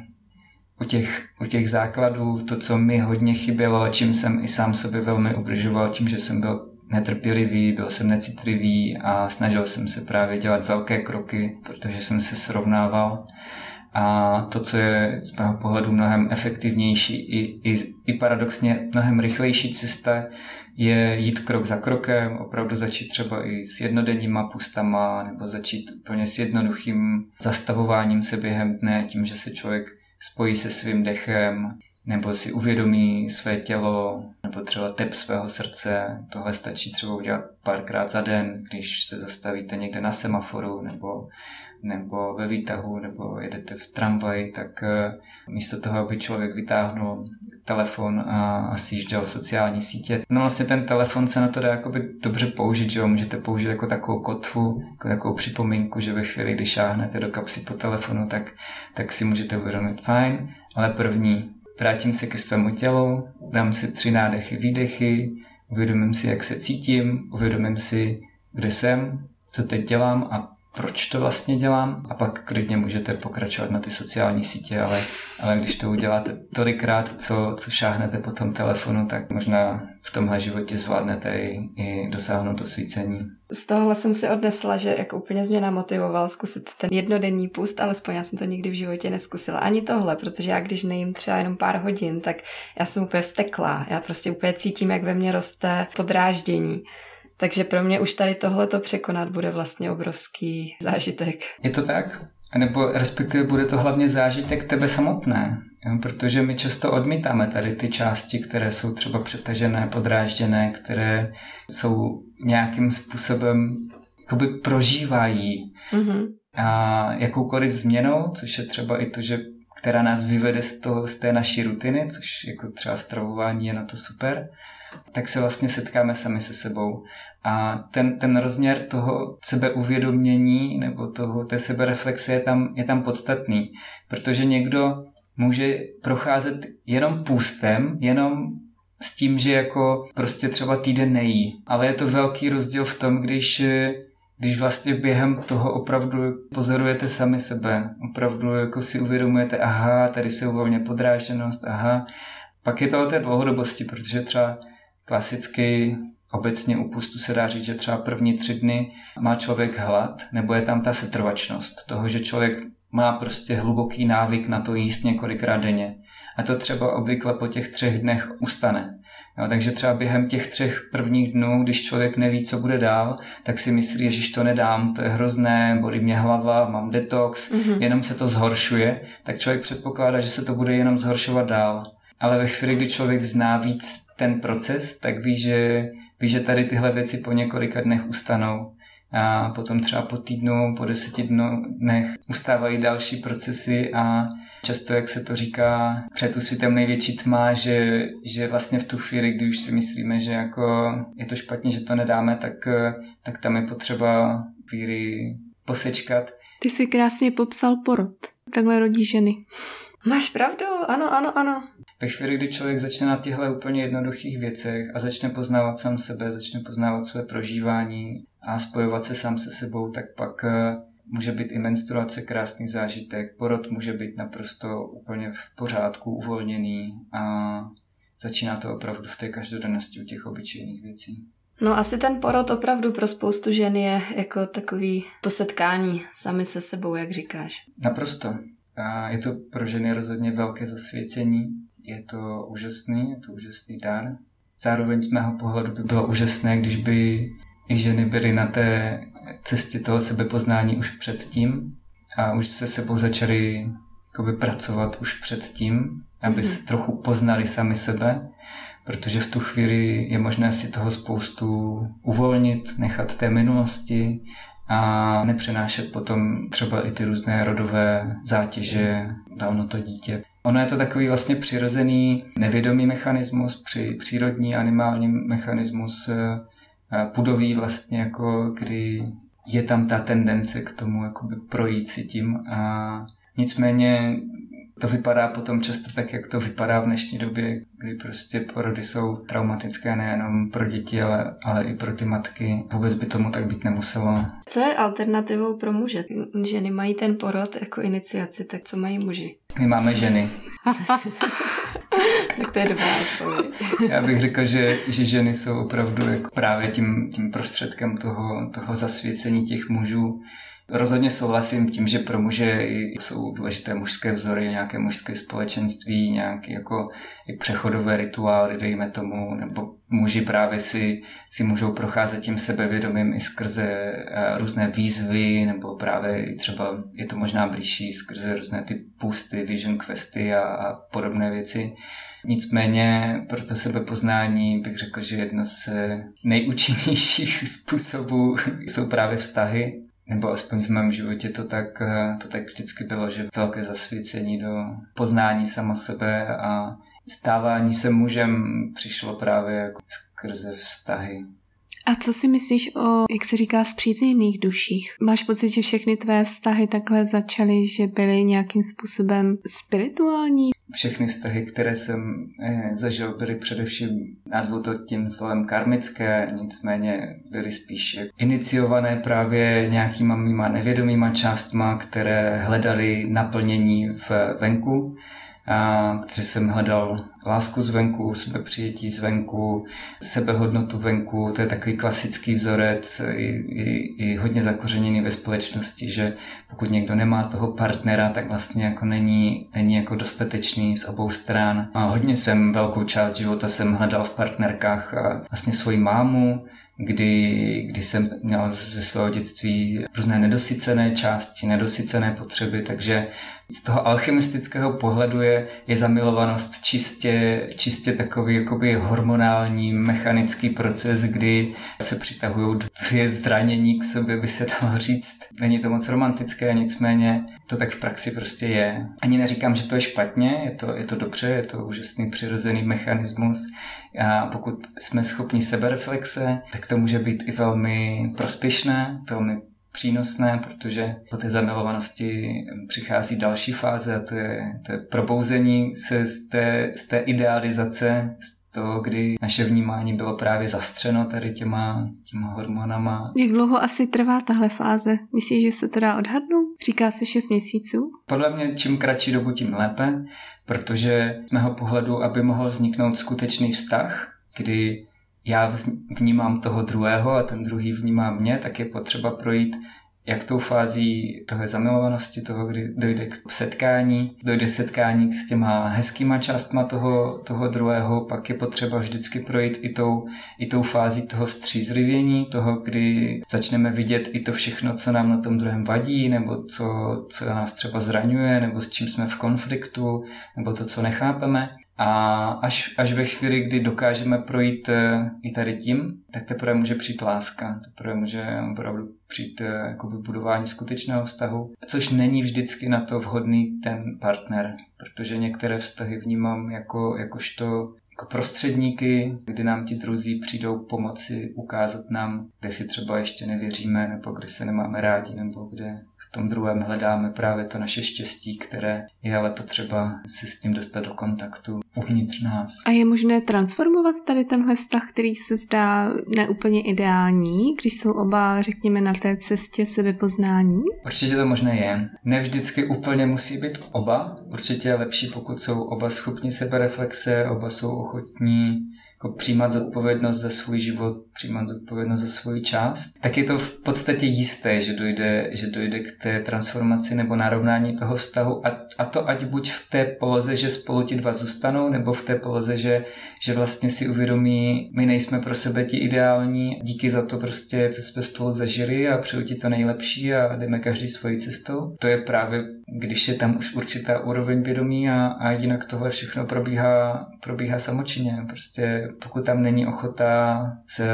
u těch základů, to, co mi hodně chybělo, čím jsem i sám sobě velmi ubližoval, tím, že jsem byl netrpělivý, byl jsem necitlivý a snažil jsem se právě dělat velké kroky, protože jsem se srovnával. A to, co je z mého pohledu mnohem efektivnější i paradoxně mnohem rychlejší cesta, je jít krok za krokem, opravdu začít třeba i s jednodenníma pustama, nebo začít úplně s jednoduchým zastavováním se během dne, tím, že se člověk spojí se svým dechem, nebo si uvědomí své tělo, nebo třeba tep svého srdce. Tohle stačí třeba udělat párkrát za den, když se zastavíte někde na semaforu, nebo ve výtahu, nebo jedete v tramvaji, tak místo toho, aby člověk vytáhnul telefon a sjížděl sociální sítě. No vlastně ten telefon se na to dá jakoby dobře použít, že ho můžete použít jako takovou kotvu, jako takovou připomínku, že ve chvíli, kdy šáhnete do kapsy po telefonu, tak si můžete uvědomit fajn, ale první vrátím se ke svému tělu, dám si 3 nádechy, výdechy, uvědomím si, jak se cítím, uvědomím si, kde jsem, co teď dělám a proč to vlastně dělám a pak klidně můžete pokračovat na ty sociální sítě, ale když to uděláte tolikrát, co šáhnete po tom telefonu, tak možná v tomhle životě zvládnete i dosáhnout to svícení. Z tohohle jsem si odnesla, že jako úplně mě namotivoval zkusit ten jednodenní půst, alespoň já jsem to nikdy v životě neskusila. Ani tohle, protože já když nejím třeba jenom pár hodin, tak já jsem úplně vzteklá. Já prostě úplně cítím, jak ve mně roste podráždění. Takže pro mě už tady tohleto překonat bude vlastně obrovský zážitek. Je to tak? A nebo respektive bude to hlavně zážitek tebe samotné, jo? Protože my často odmítáme tady ty části, které jsou třeba přetažené, podrážděné, které jsou nějakým způsobem jakoby prožívají a jakoukoliv změnou, což je třeba i to, že která nás vyvede z té naší rutiny, což jako třeba stravování je na to super, tak se vlastně setkáme sami se sebou. A ten rozměr toho sebeuvědomění nebo té sebereflexe je tam podstatný, protože někdo může procházet jenom půstem, jenom s tím, že jako prostě třeba týden nejí. Ale je to velký rozdíl v tom, když vlastně během toho opravdu pozorujete sami sebe, opravdu jako si uvědomujete, aha, tady se uvolňuje podrážděnost, aha. Pak je to o té dlouhodobosti, protože třeba klasicky obecně u půstu se dá říct, že třeba první 3 dny má člověk hlad, nebo je tam ta setrvačnost toho, že člověk má prostě hluboký návyk na to jíst několikrát denně. A to třeba obvykle po těch 3 dnech ustane. Jo, takže třeba během těch 3 prvních dnů, když člověk neví, co bude dál, tak si myslí, ježiš, to nedám, to je hrozné, bolí mě hlava, mám detox, jenom se to zhoršuje, tak člověk předpokládá, že se to bude jenom zhoršovat dál. Ale ve chvíli, kdy člověk zná víc ten proces, tak ví, že tady tyhle věci po několika dnech ustanou. A potom třeba po týdnu, po 10 dnech ustávají další procesy a často, jak se to říká, před úsvitem největší tma, že vlastně v tu chvíli, kdy už si myslíme, že jako je to špatně, že to nedáme, tak tam je potřeba chvíli posečkat. Ty jsi krásně popsal porod. Takhle rodí ženy. Máš pravdu, ano. Ve chvíli, kdy člověk začne na těchto úplně jednoduchých věcech a začne poznávat sám sebe, začne poznávat své prožívání a spojovat se sám se sebou, tak pak může být i menstruace krásný zážitek, porod může být naprosto úplně v pořádku, uvolněný a začíná to opravdu v té každodennosti u těch obyčejných věcí. No asi ten porod opravdu pro spoustu žen je jako takový to setkání sami se sebou, jak říkáš. Naprosto. A je to pro ženy rozhodně velké zasvěcení. Je to úžasný dar. Zároveň z mého pohledu by bylo úžasné, když by i ženy byly na té cestě toho sebepoznání už předtím a už se sebou začaly pracovat už předtím, aby se trochu poznali sami sebe, protože v tu chvíli je možné si toho spoustu uvolnit, nechat té minulosti a nepřenášet potom třeba i ty různé rodové zátěže dál to dítě. Ono je to takový vlastně přirozený nevědomý mechanismus, přírodní animální mechanismus pudový vlastně, jako kdy je tam ta tendence k tomu jakoby projít si tím a nicméně to vypadá potom často tak, jak to vypadá v dnešní době, kdy prostě porody jsou traumatické nejenom pro děti, ale i pro ty matky. Vůbec by tomu tak být nemuselo. Co je alternativou pro muže? Ženy mají ten porod jako iniciaci, tak co mají muži? My máme ženy. Tak to je dobrá odpověď. Já bych řekl, že ženy jsou opravdu jako právě tím prostředkem toho zasvěcení těch mužů. Rozhodně souhlasím tím, že pro muže jsou důležité mužské vzory, nějaké mužské společenství, nějaké jako i přechodové rituály, dejme tomu, nebo muži právě si můžou procházet tím sebevědomím i skrze různé výzvy, nebo právě i třeba je to možná blížší skrze různé ty půsty, vision questy a podobné věci. Nicméně pro to sebepoznání bych řekl, že jedno z nejúčinnějších způsobů jsou právě vztahy. Nebo aspoň v mém životě to tak vždycky bylo, že velké zasvěcení do poznání sama sebe a stávání se mužem přišlo právě jako skrze vztahy. A co si myslíš o, jak se říká, spřízněných duších? Máš pocit, že všechny tvé vztahy takhle začaly, že byly nějakým způsobem spirituální? Všechny vztahy, které jsem zažil, byly především, nazvu to tím slovem karmické, nicméně byly spíš iniciované právě nějakýma mýma nevědomýma částma, které hledaly naplnění venku. Protože jsem hledal lásku zvenku, sebepřijetí zvenku, sebehodnotu venku, to je takový klasický vzorec, i hodně zakořeněný ve společnosti, že pokud někdo nemá toho partnera, tak vlastně jako není jako dostatečný z obou stran. A hodně velkou část života jsem hledal v partnerkách vlastně svoji mámu, kdy jsem měl ze svého dětství různé nedosycené části, nedosycené potřeby, takže z toho alchymistického pohledu je zamilovanost čistě takový jakoby hormonální, mechanický proces, kdy se přitahují dvě zranění k sobě, by se dalo říct. Není to moc romantické, nicméně to tak v praxi prostě je. Ani neříkám, že to je špatně, je to dobře, je to úžasný přirozený mechanismus. A pokud jsme schopni sebereflexe, tak to může být i velmi prospěšné, velmi přínosné, protože po té zamilovanosti přichází další fáze a to je probouzení se z té idealizace, z toho, kdy naše vnímání bylo právě zastřeno tady těma hormonama. Jak dlouho asi trvá tahle fáze? Myslíš, že se to dá odhadnout? Říká se 6 měsíců? Podle mě čím kratší dobu, tím lépe, protože z mého pohledu, aby mohl vzniknout skutečný vztah, kdy já vnímám toho druhého a ten druhý vnímá mě, tak je potřeba projít jak tou fází toho zamilovanosti, toho, kdy dojde k setkání, s těma hezkýma částma toho druhého, pak je potřeba vždycky projít i tou fází toho střízlivění, toho, kdy začneme vidět i to všechno, co nám na tom druhém vadí, nebo co nás třeba zraňuje, nebo s čím jsme v konfliktu, nebo to, co nechápeme. A až ve chvíli, kdy dokážeme projít i tady tím, tak teprve může přijít láska, teprve může opravdu přijít jakoby budování skutečného vztahu, což není vždycky na to vhodný ten partner, protože některé vztahy vnímám jakožto prostředníky, kdy nám ti druzí přijdou pomoci ukázat nám, kde si třeba ještě nevěříme, nebo kde se nemáme rádi, nebo kde v tom druhém hledáme právě to naše štěstí, které je ale potřeba si s tím dostat do kontaktu uvnitř nás. A je možné transformovat tady tenhle vztah, který se zdá neúplně ideální, když jsou oba, řekněme, na té cestě sebepoznání? Určitě to možné je. Ne vždycky úplně musí být oba. Určitě je lepší, pokud jsou oba schopni sebereflexe, oba jsou ochotní jako přijímat zodpovědnost za svůj život, přijímat zodpovědnost za svůj část, tak je to v podstatě jisté, že dojde k té transformaci nebo narovnání toho vztahu a to ať buď v té poloze, že spolu ti dva zůstanou, nebo v té poloze, že vlastně si uvědomí, my nejsme pro sebe ti ideální, díky za to prostě, co jsme spolu zažili a přeju ti to nejlepší a jdeme každý svojí cestou. To je právě, když je tam už určitá úroveň vědomí a jinak tohle všechno probíhá samočinně. Prostě pokud tam není ochota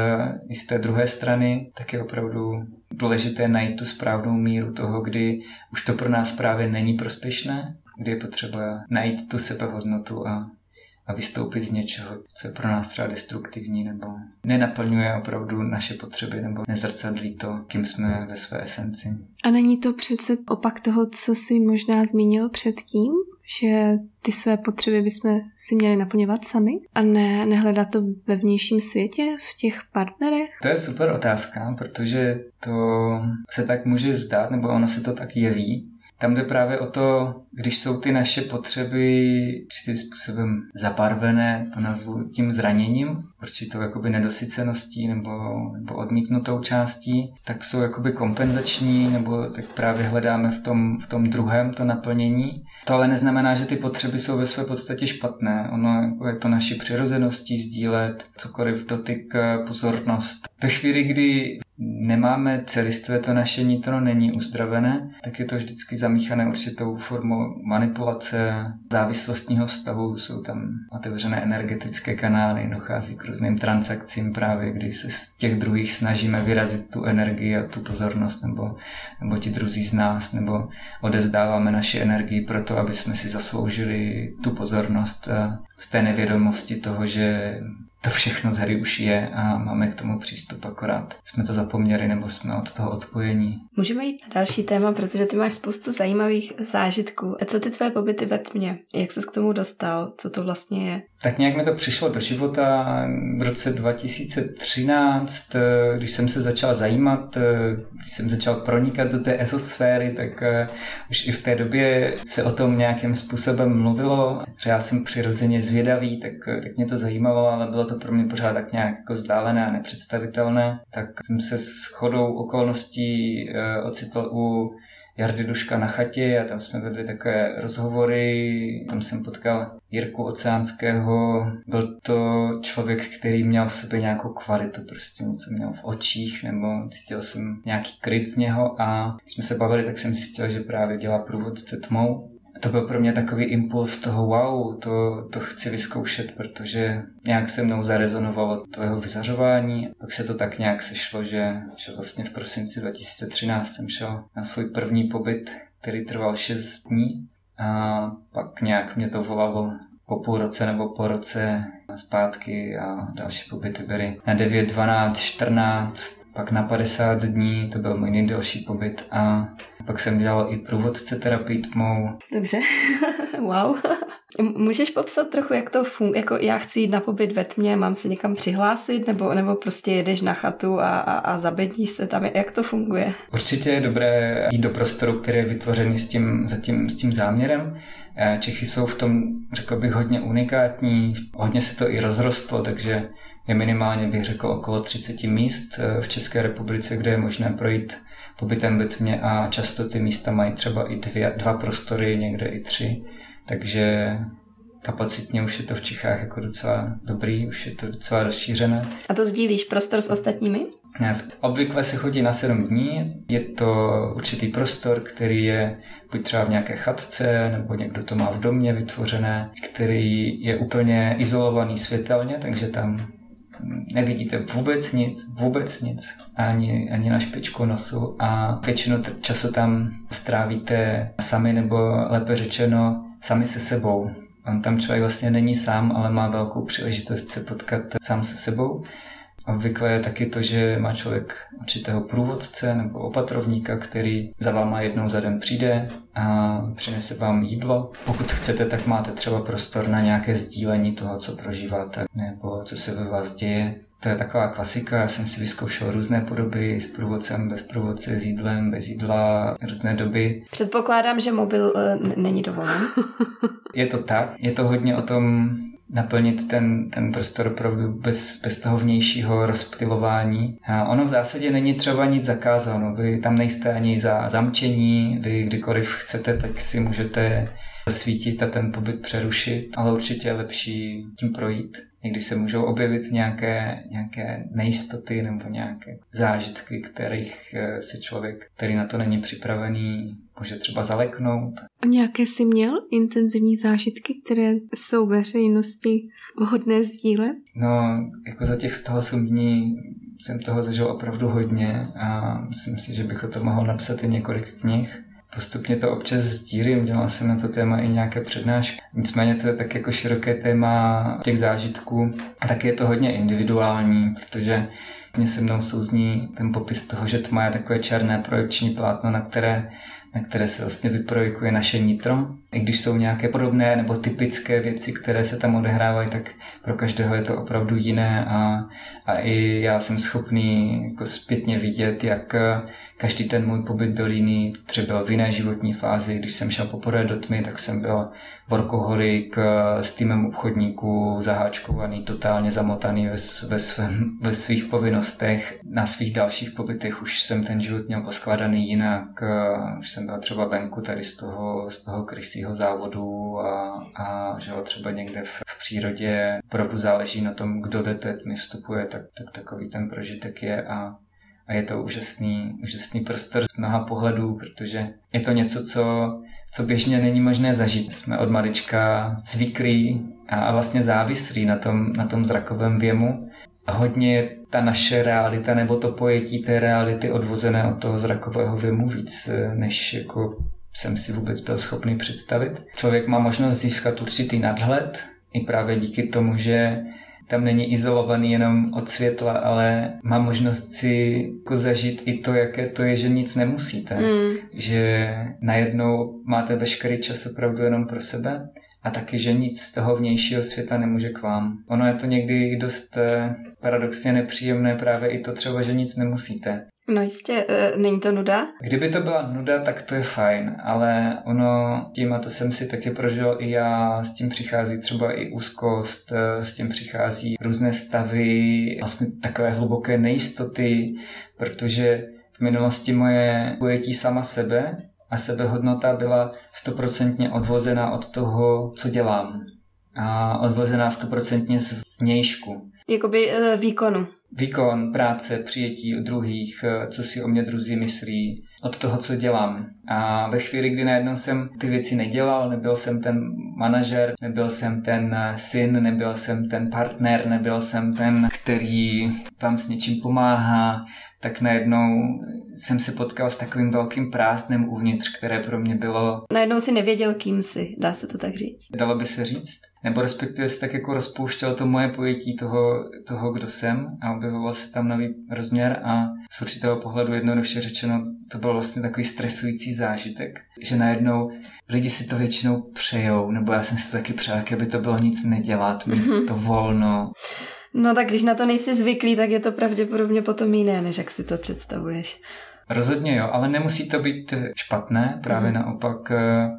i z té druhé strany, tak je opravdu důležité najít tu správnou míru toho, kdy už to pro nás právě není prospěšné, kdy je potřeba najít tu sebehodnotu a vystoupit z něčeho, co je pro nás třeba destruktivní nebo nenaplňuje opravdu naše potřeby nebo nezrcadlí to, kým jsme ve své esenci. A není to přece opak toho, co jsi možná zmínil předtím? Že ty své potřeby bychom si měli naplňovat sami a nehledat to ve vnějším světě, v těch partnerech? To je super otázka, protože to se tak může zdát, nebo ono se to tak jeví. Tam jde právě o to, když jsou ty naše potřeby určitým způsobem zabarvené, to nazvu tím zraněním, určitou jakoby nedosyceností nebo odmítnutou částí, tak jsou jakoby kompenzační, nebo tak právě hledáme v tom druhém to naplnění. To ale neznamená, že ty potřeby jsou ve své podstatě špatné. Ono jako je to naší přirozeností sdílet cokoliv, dotyk, pozornost. Ve chvíli, kdy nemáme celistvé, to naše nitro není uzdravené, tak je to vždycky zamíchané určitou formou manipulace, závislostního vztahu, jsou tam otevřené energetické kanály, dochází k různým transakcím právě, kdy se z těch druhých snažíme vyrazit tu energii a tu pozornost, nebo ti druzí z nás, nebo odevzdáváme naši energii pro to, aby jsme si zasloužili tu pozornost z té nevědomosti toho, že to všechno tady už je a máme k tomu přístup, akorát jsme to zapomněli nebo jsme od toho odpojení. Můžeme jít na další téma, protože ty máš spoustu zajímavých zážitků. A co ty tvé pobyty ve tmě? Jak ses k tomu dostal? Co to vlastně je? Tak nějak mi to přišlo do života v roce 2013, když jsem se začal zajímat, když jsem začal pronikat do té ezosféry, tak už i v té době se o tom nějakým způsobem mluvilo, že já jsem přirozeně zvědavý, tak mě to zajímalo, ale bylo to pro mě pořád tak nějak jako vzdálené a nepředstavitelné. Tak jsem se shodou okolností ocitl u Jardy Duška na chatě a tam jsme vedli takové rozhovory, tam jsem potkal Jirku Oceánského, byl to člověk, který měl v sobě nějakou kvalitu, prostě něco měl v očích, nebo cítil jsem nějaký kryt z něho a když jsme se bavili, tak jsem zjistil, že právě dělá průvodce tmou to byl pro mě takový impuls toho wow, to chci vyzkoušet, protože nějak se mnou zarezonovalo to jeho vyzařování. Pak se to tak nějak sešlo, že vlastně v prosinci 2013 jsem šel na svůj první pobyt, který trval 6 dní a pak nějak mě to volalo po půl roce nebo po roce zpátky a další pobyty byly na 9, 12, 14, pak na 50 dní, to byl můj nejdelší pobyt a pak jsem dělal i průvodce terapii tmou. Dobře, wow. Můžeš popsat trochu, jak to funguje, jako já chci jít na pobyt ve tmě, mám se někam přihlásit, nebo prostě jedeš na chatu a zabedníš se tam, jak to funguje? Určitě je dobré jít do prostoru, který je vytvořený s tím záměrem. Čechy jsou v tom, řekl bych, hodně unikátní, hodně se to i rozrostlo, takže je minimálně, bych řekl, okolo 30 míst v České republice, kde je možné projít pobytem ve tmě a často ty místa mají třeba i 2 prostory, někde i 3, takže kapacitně už je to v Čechách jako docela dobrý, už je to docela rozšířené. A to sdílíš prostor s ostatními? Obvykle se chodí na 7 dní, je to určitý prostor, který je buď třeba v nějaké chatce, nebo někdo to má v domě vytvořené, který je úplně izolovaný světelně, takže tam nevidíte vůbec nic, ani na špičku nosu a většinu času tam strávíte sami, nebo lépe řečeno sami se sebou. On tam člověk vlastně není sám, ale má velkou příležitost se potkat sám se sebou. Obvykle je taky to, že má člověk určitého průvodce nebo opatrovníka, který za váma jednou za den přijde a přinese vám jídlo. Pokud chcete, tak máte třeba prostor na nějaké sdílení toho, co prožíváte nebo co se ve vás děje. To je taková klasika, já jsem si vyzkoušel různé podoby s průvodcem, bez průvodce, s jídlem, bez jídla, různé doby. Předpokládám, že mobil není dovolen. Je to tak, je to hodně o tom naplnit ten prostor opravdu bez toho vnějšího rozptylování. A ono v zásadě není třeba nic zakázáno, vy tam nejste ani za zamčení, vy kdykoliv chcete, tak si můžete osvítit a ten pobyt přerušit, ale určitě je lepší tím projít. Někdy se můžou objevit nějaké nejistoty nebo nějaké zážitky, kterých se člověk, který na to není připravený, může třeba zaleknout. A nějaké jsi měl intenzivní zážitky, které jsou veřejnosti vhodné sdílet? No, jako za těch 108 dní jsem toho zažil opravdu hodně a myslím si, že bych o tom mohl napsat i několik knih. Postupně to občas sdílím, dělal jsem na to téma i nějaké přednášky. Nicméně to je tak jako široké téma těch zážitků a taky je to hodně individuální, protože mě se mnou souzní ten popis toho, že tma je takové černé projekční plátno, na které se vlastně vyprojekuje naše nitro. I když jsou nějaké podobné nebo typické věci, které se tam odehrávají, tak pro každého je to opravdu jiné a i já jsem schopný jako zpětně vidět, jak každý ten můj pobyt byl jiný, třeba v jiné životní fázi. Když jsem šel poprvé do tmy, tak jsem byl workoholik s týmem obchodníků, zaháčkovaný, totálně zamotaný ve svých povinnostech. Na svých dalších pobytech už jsem ten život měl poskladaný jinak. Už jsem byl třeba venku tady z toho krysího závodu a že třeba někde v přírodě. Opravdu záleží na tom, kdo do té tmy vstupuje, tak takový ten prožitek je a je to úžasný prostor z mnoha pohledů, protože je to něco, co běžně není možné zažít. Jsme od malička zvyklí a vlastně závislí na tom zrakovém věmu. A hodně je ta naše realita nebo to pojetí té reality odvozené od toho zrakového věmu víc, než jako jsem si vůbec byl schopný představit. Člověk má možnost získat určitý nadhled i právě díky tomu, že tam není izolovaný jenom od světla, ale má možnost si jako zažít i to, jaké to je, že nic nemusíte. Že najednou máte veškerý čas opravdu jenom pro sebe a taky, že nic z toho vnějšího světa nemůže k vám. Ono je to někdy dost paradoxně nepříjemné právě i to třeba, že nic nemusíte. No jistě, není to nuda? Kdyby to byla nuda, tak to je fajn, ale ono tím, a to jsem si taky prožil i já, s tím přichází třeba i úzkost, s tím přichází různé stavy, vlastně takové hluboké nejistoty, protože v minulosti moje pojetí sama sebe a sebehodnota byla 100% odvozená od toho, co dělám a odvozená 100% z vnějšku. Jakoby výkonu. Výkon, práce, přijetí od druhých, co si o mě druzí myslí, od toho, co dělám. A ve chvíli, kdy najednou jsem ty věci nedělal, nebyl jsem ten manažer, nebyl jsem ten syn, nebyl jsem ten partner, nebyl jsem ten, který vám s něčím pomáhá, tak najednou jsem se potkal s takovým velkým prázdnem uvnitř, které pro mě bylo... Najednou si nevěděl, kým jsi, dá se to tak říct. Dalo by se říct. Nebo respektive se tak jako rozpouštěl to moje pojetí toho, kdo jsem a objevoval se tam nový rozměr a z určitého pohledu jednoduše řečeno to byl vlastně takový stresující zážitek, že najednou lidi si to většinou přejou, nebo já jsem si to taky přál, aby to bylo nic nedělat, mít to volno. No tak když na to nejsi zvyklý, tak je to pravděpodobně potom jiné, než jak si to představuješ. Rozhodně jo, ale nemusí to být špatné, právě naopak.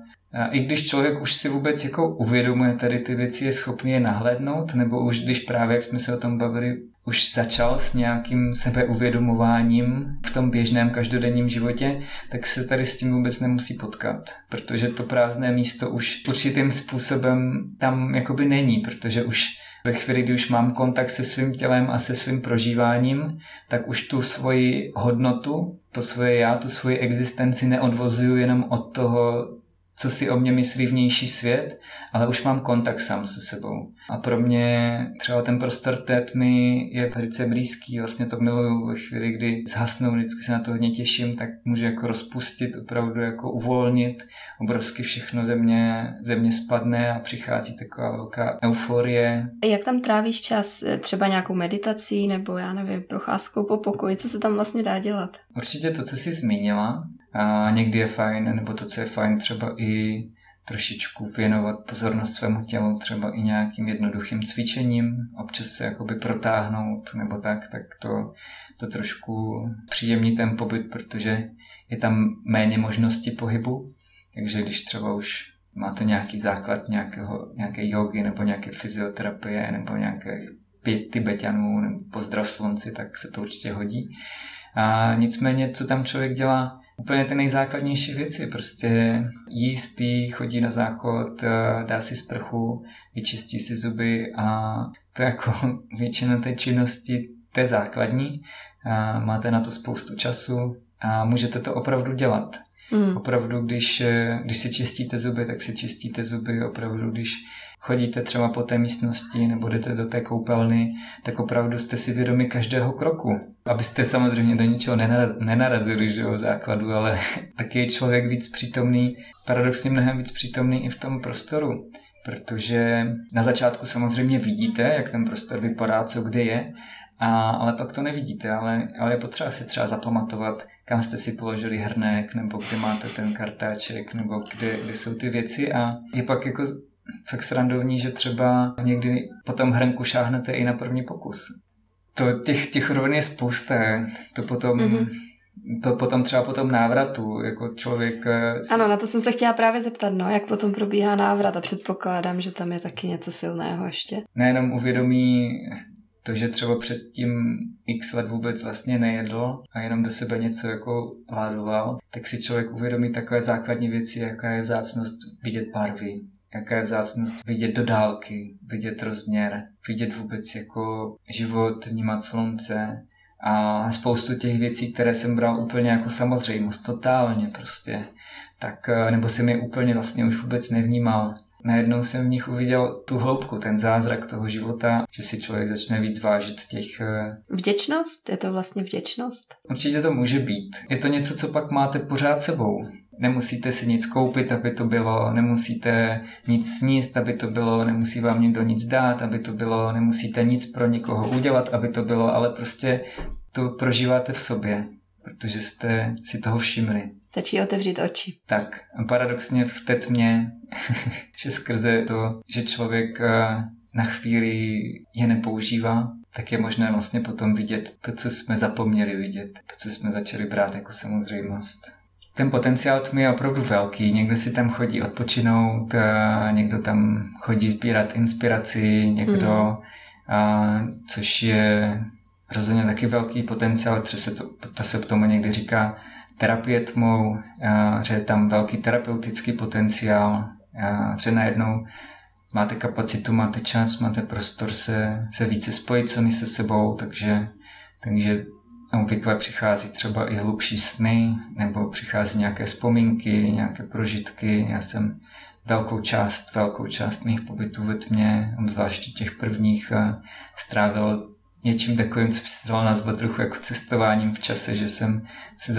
I když člověk už si vůbec jako uvědomuje tady ty věci, je schopný je nahlédnout, nebo už když právě, jak jsme se o tom bavili, už začal s nějakým sebeuvědomováním v tom běžném každodenním životě, tak se tady s tím vůbec nemusí potkat, protože to prázdné místo už určitým způsobem tam jakoby není, protože už ve chvíli, kdy už mám kontakt se svým tělem a se svým prožíváním, tak už tu svoji hodnotu, to svoje já, tu svoji existenci neodvozuju jenom od toho, co si o mě myslí vnější svět, ale už mám kontakt sám se sebou. A pro mě třeba ten prostor té tmy je velice blízký, vlastně to miluju ve chvíli, kdy zhasnou, vždycky se na to hodně těším, tak můžu jako rozpustit, opravdu jako uvolnit, obrovsky všechno ze mě spadne a přichází taková velká euforie. Jak tam trávíš čas? Třeba nějakou meditací nebo já nevím, procházkou po pokoji, co se tam vlastně dá dělat? Určitě to, co jsi zmínila, a někdy je fajn, nebo to, co je fajn, třeba i trošičku věnovat pozornost svému tělu, třeba i nějakým jednoduchým cvičením, občas se jakoby protáhnout, nebo tak to trošku příjemní ten pobyt, protože je tam méně možností pohybu, takže když třeba už máte nějaký základ nějaké jogy, nebo nějaké fyzioterapie, nebo nějakých 5 Tibetanů, nebo pozdrav slunci, tak se to určitě hodí. A nicméně, co tam člověk dělá, úplně ty nejzákladnější věci, prostě jí, spí, chodí na záchod, dá si sprchu, vyčistí si zuby a to jako většina té činnosti, té základní, a máte na to spoustu času a můžete to opravdu dělat. Opravdu, když si čistíte zuby, tak si čistíte zuby, opravdu, když chodíte třeba po té místnosti nebo jdete do té koupelny, tak opravdu jste si vědomi každého kroku. Abyste samozřejmě do ničeho nenarazili, že jo, základu, ale taky je člověk víc přítomný, paradoxně mnohem víc přítomný i v tom prostoru. Protože na začátku samozřejmě vidíte, jak ten prostor vypadá, co kde je, ale pak to nevidíte, ale je potřeba si třeba zapamatovat, kam jste si položili hrnek, nebo kde máte ten kartáček, nebo kde jsou ty věci a je pak jako fakt srandovní, že třeba někdy po tom hrnku šáhnete i na první pokus. To těch rovin je spousta, to potom třeba po tom návratu, jako člověk... Ano, na to jsem se chtěla právě zeptat, jak potom probíhá návrat a předpokládám, že tam je taky něco silného ještě. Nejenom uvědomí to, že třeba předtím x let vůbec vlastně nejedl a jenom do sebe něco jako ládoval, tak si člověk uvědomí takové základní věci, jaká je vzácnost vidět barvy, jaká je vzácnost vidět do dálky, vidět rozměr, vidět vůbec jako život, vnímat slunce a spoustu těch věcí, které jsem bral úplně jako samozřejmost, totálně prostě, tak nebo jsem je úplně vlastně už vůbec nevnímal. Najednou jsem v nich uviděl tu hloubku, ten zázrak toho života, že si člověk začne víc vážit těch... Vděčnost? Je to vlastně vděčnost? Určitě to může být. Je to něco, co pak máte pořád sebou. Nemusíte si nic koupit, aby to bylo, nemusíte nic sníst, aby to bylo, nemusí vám někdo nic dát, aby to bylo, nemusíte nic pro někoho udělat, aby to bylo, ale prostě to prožíváte v sobě, protože jste si toho všimli. Stačí otevřít oči. Tak a paradoxně v té tmě, že skrze to, že člověk na chvíli je nepoužívá, tak je možné vlastně potom vidět to, co jsme zapomněli vidět, to, co jsme začali brát jako samozřejmost. Ten potenciál tmy je opravdu velký, někdo si tam chodí odpočinout, někdo tam chodí sbírat inspiraci, někdo, což je rozhodně taky velký potenciál, to se k tomu někdy říká terapie tmou, že je tam velký terapeutický potenciál, že najednou máte kapacitu, máte čas, máte prostor se více spojit sami se sebou, takže obvykle přichází třeba i hlubší sny, nebo přichází nějaké vzpomínky, nějaké prožitky. Já jsem velkou část mých pobytů ve tmě, zvláště těch prvních, strávil něčím takovým, co by se dalo nazvat trochu jako cestováním v čase, že jsem si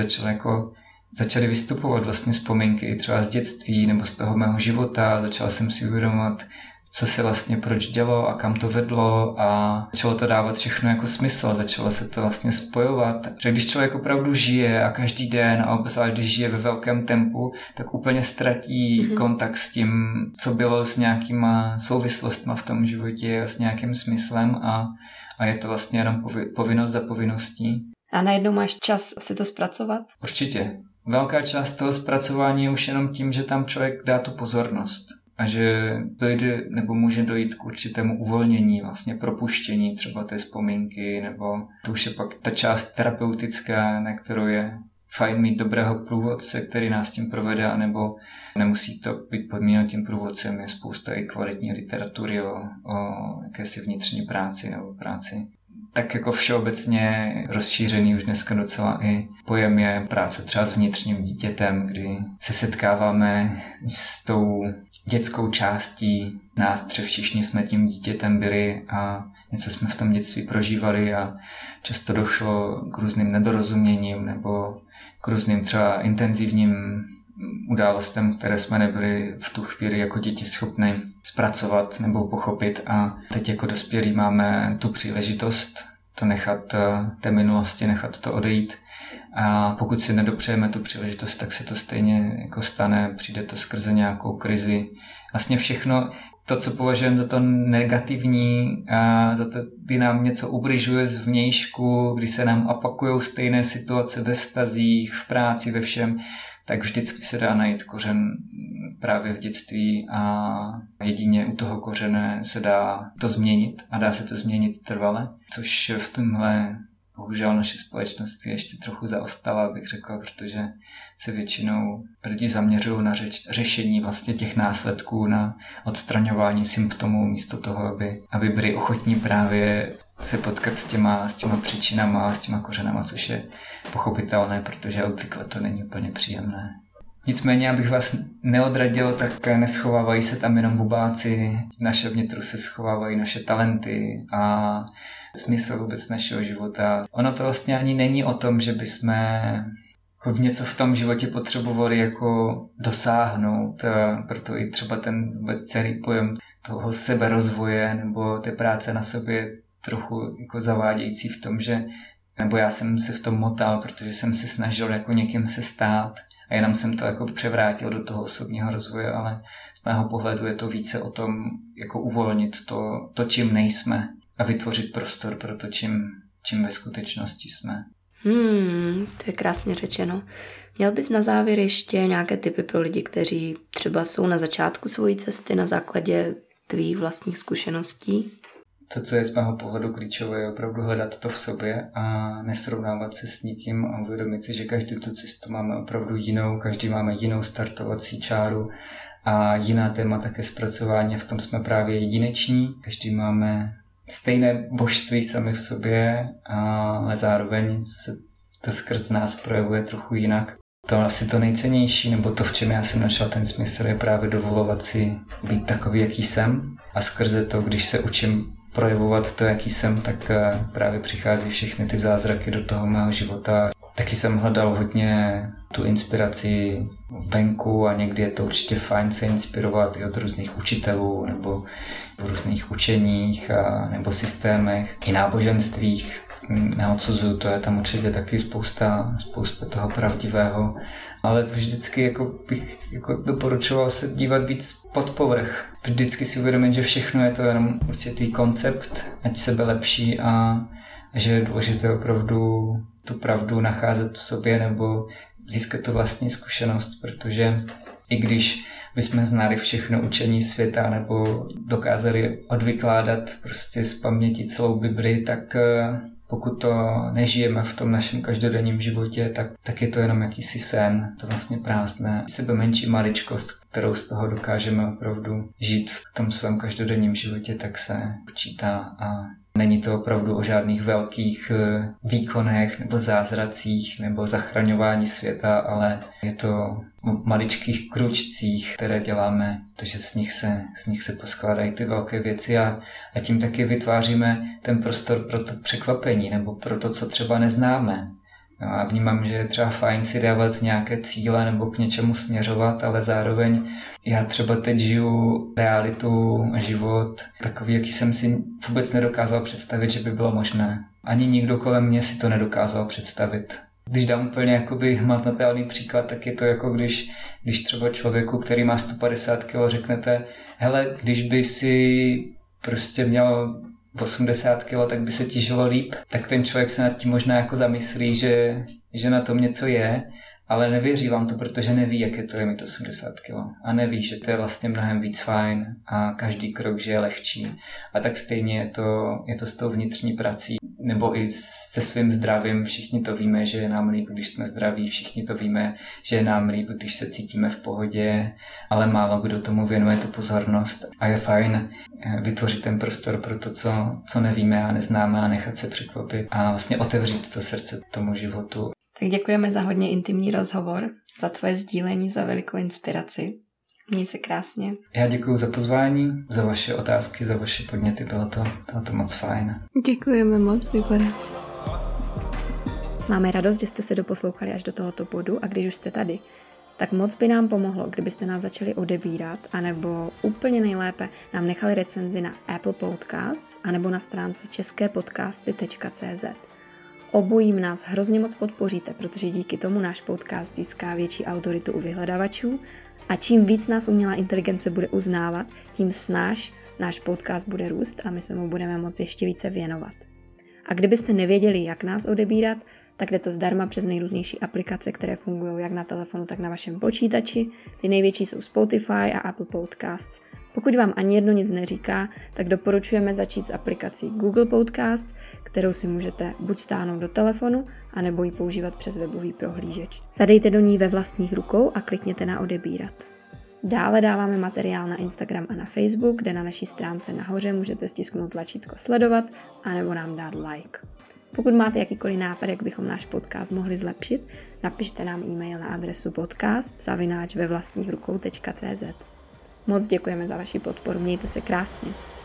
začaly vystupovat vlastně vzpomínky třeba z dětství nebo z toho mého života. Začal jsem si uvědomovat, co se vlastně proč dělo a kam to vedlo a začalo to dávat všechno jako smysl, začalo se to vlastně spojovat. Že když člověk opravdu žije a každý den a obzvlášť když žije ve velkém tempu, tak úplně ztratí kontakt s tím, co bylo s nějakýma souvislostma v tom životě a s nějakým smyslem a je to vlastně jenom povinnost za povinností. A najednou máš čas si to zpracovat? Určitě. Velká část toho zpracování je už jenom tím, že tam člověk dá tu pozornost a že dojde nebo může dojít k určitému uvolnění, vlastně propuštění třeba té vzpomínky, nebo to už je pak ta část terapeutická, na kterou je fajn mít dobrého průvodce, který nás tím provede, anebo nemusí to být podmíněno tím průvodcem, je spousta i kvalitní literatury o jakési vnitřní práci nebo práci. Tak jako všeobecně rozšířený už dneska docela i pojem je práce třeba s vnitřním dítětem, kdy se setkáváme s tou dětskou částí nás, všichni jsme tím dítětem byli a něco jsme v tom dětství prožívali a často došlo k různým nedorozuměním nebo k různým třeba intenzivním událostem, které jsme nebyli v tu chvíli jako děti schopni zpracovat nebo pochopit a teď jako dospělí máme tu příležitost to nechat té minulosti, nechat to odejít a pokud si nedopřejeme tu příležitost, tak se to stejně jako stane, přijde to skrze nějakou krizi. Vlastně všechno to, co považujeme za to negativní, a za to, kdy nám něco ubližuje zvnějšku, kdy se nám opakujou stejné situace ve vztazích, v práci, ve všem, tak vždycky se dá najít kořen právě v dětství a jedině u toho kořene se dá to změnit a dá se to změnit trvale, což v tomhle bohužel naše společnost je ještě trochu zaostala, bych řekl, protože se většinou lidi zaměřují na řešení vlastně těch následků, na odstraňování symptomů místo toho, aby byli ochotní právě se potkat s těma příčinama, s těma kořenama, což je pochopitelné, protože obvykle to není úplně příjemné. Nicméně, abych vás neodradil, tak neschovávají se tam jenom bubáci, v našem vnitru se schovávají naše talenty a smysl vůbec našeho života. Ono to vlastně ani není o tom, že bychom jako něco v tom životě potřebovali jako dosáhnout, proto i třeba ten vůbec celý pojem toho seberozvoje nebo té práce na sobě trochu jako zavádějící v tom, že nebo já jsem se v tom motal, protože jsem se snažil jako někým se stát a jenom jsem to jako převrátil do toho osobního rozvoje, ale z mého pohledu je to více o tom jako uvolnit to čím nejsme a vytvořit prostor pro to, čím ve skutečnosti jsme. To je krásně řečeno. Měl bys na závěr ještě nějaké tipy pro lidi, kteří třeba jsou na začátku svojí cesty na základě tvých vlastních zkušeností? To, co je z mého pohledu klíčové, je opravdu hledat to v sobě a nesrovnávat se s nikým a uvědomit si, že každou tu cestu máme opravdu jinou, každý máme jinou startovací čáru a jiná témata ke zpracování, v tom jsme právě jedineční, každý máme stejné božství sami v sobě, ale zároveň se to skrz nás projevuje trochu jinak. To asi to nejcennější, nebo to, v čem já jsem našel ten smysl, je právě dovolovat si být takový, jaký jsem a skrze to, když se učím projevovat to, jaký jsem, tak právě přichází všechny ty zázraky do toho mého života. Taky jsem hledal hodně tu inspiraci venku a někdy je to určitě fajn se inspirovat i od různých učitelů nebo v různých učeních nebo systémech i náboženstvích. Neodsuzuju, to je tam určitě taky spousta toho pravdivého, ale vždycky bych doporučoval se dívat víc pod povrch. Vždycky si uvědomit, že všechno je to jenom určitý koncept, ať sebe lepší a že je důležité opravdu tu pravdu nacházet v sobě nebo získat tu vlastní zkušenost, protože i když bychom znali všechno učení světa nebo dokázali odvykládat prostě z paměti celou Bibli, tak pokud to nežijeme v tom našem každodenním životě, tak je to jenom jakýsi sen, to vlastně prázdné sebe menší maličkost, kterou z toho dokážeme opravdu žít v tom svém každodenním životě, tak se počítá a Není to opravdu o žádných velkých výkonech nebo zázracích nebo zachraňování světa, ale je to o maličkých kručcích, které děláme, protože z nich se poskládají ty velké věci a tím taky vytváříme ten prostor pro to překvapení nebo pro to, co třeba neznáme. No a vnímám, že je třeba fajn si dávat nějaké cíle nebo k něčemu směřovat, ale zároveň já třeba teď žiju realitu, život takový, jaký jsem si vůbec nedokázal představit, že by bylo možné. Ani nikdo kolem mě si to nedokázal představit. Když dám úplně jakoby hmatatelný příklad, tak je to jako když třeba člověku, který má 150 kg, řeknete, hele, když by si prostě měl 80 kg, tak by se ti žilo líp, tak ten člověk se nad tím možná jako zamyslí, že na tom něco je, ale nevěří vám to, protože neví, jak je to mít 80 kg. A neví, že to je vlastně mnohem víc fajn a každý krok, že je lehčí. A tak stejně je to s tou vnitřní prací, nebo i se svým zdravím. Všichni to víme, že je nám líp, když jsme zdraví, všichni to víme, že je nám líp, když se cítíme v pohodě, ale málo kdo tomu věnuje tu pozornost. A je fajn vytvořit ten prostor pro to, co nevíme a neznáme a nechat se překvapit a vlastně otevřít to srdce tomu životu. Tak děkujeme za hodně intimní rozhovor, za tvoje sdílení, za velikou inspiraci. Měj se krásně. Já děkuji za pozvání, za vaše otázky, za vaše podněty, bylo to moc fajn. Děkujeme moc, Libore. Máme radost, že jste se doposlouchali až do tohoto bodu a když už jste tady, tak moc by nám pomohlo, kdybyste nás začali odebírat, anebo úplně nejlépe nám nechali recenzi na Apple Podcasts, anebo na stránce česképodcasty.cz. Obojím nás hrozně moc podpoříte, protože díky tomu náš podcast získá větší autoritu u vyhledávačů a čím víc nás umělá inteligence bude uznávat, tím snáš náš podcast bude růst a my se mu budeme moct ještě více věnovat. A kdybyste nevěděli, jak nás odebírat, tak jde to zdarma přes nejrůznější aplikace, které fungují jak na telefonu, tak na vašem počítači. Ty největší jsou Spotify a Apple Podcasts. Pokud vám ani jedno nic neříká, tak doporučujeme začít s aplikací Google Podcasts, kterou si můžete buď stáhnout do telefonu, anebo ji používat přes webový prohlížeč. Zadejte do ní Ve vlastních rukou a klikněte na odebírat. Dále dáváme materiál na Instagram a na Facebook, kde na naší stránce nahoře můžete stisknout tlačítko sledovat, anebo nám dát like. Pokud máte jakýkoliv nápad, jak bychom náš podcast mohli zlepšit, napište nám e-mail na adresu podcast@vevlastnichrukou.cz. Moc děkujeme za vaši podporu, mějte se krásně.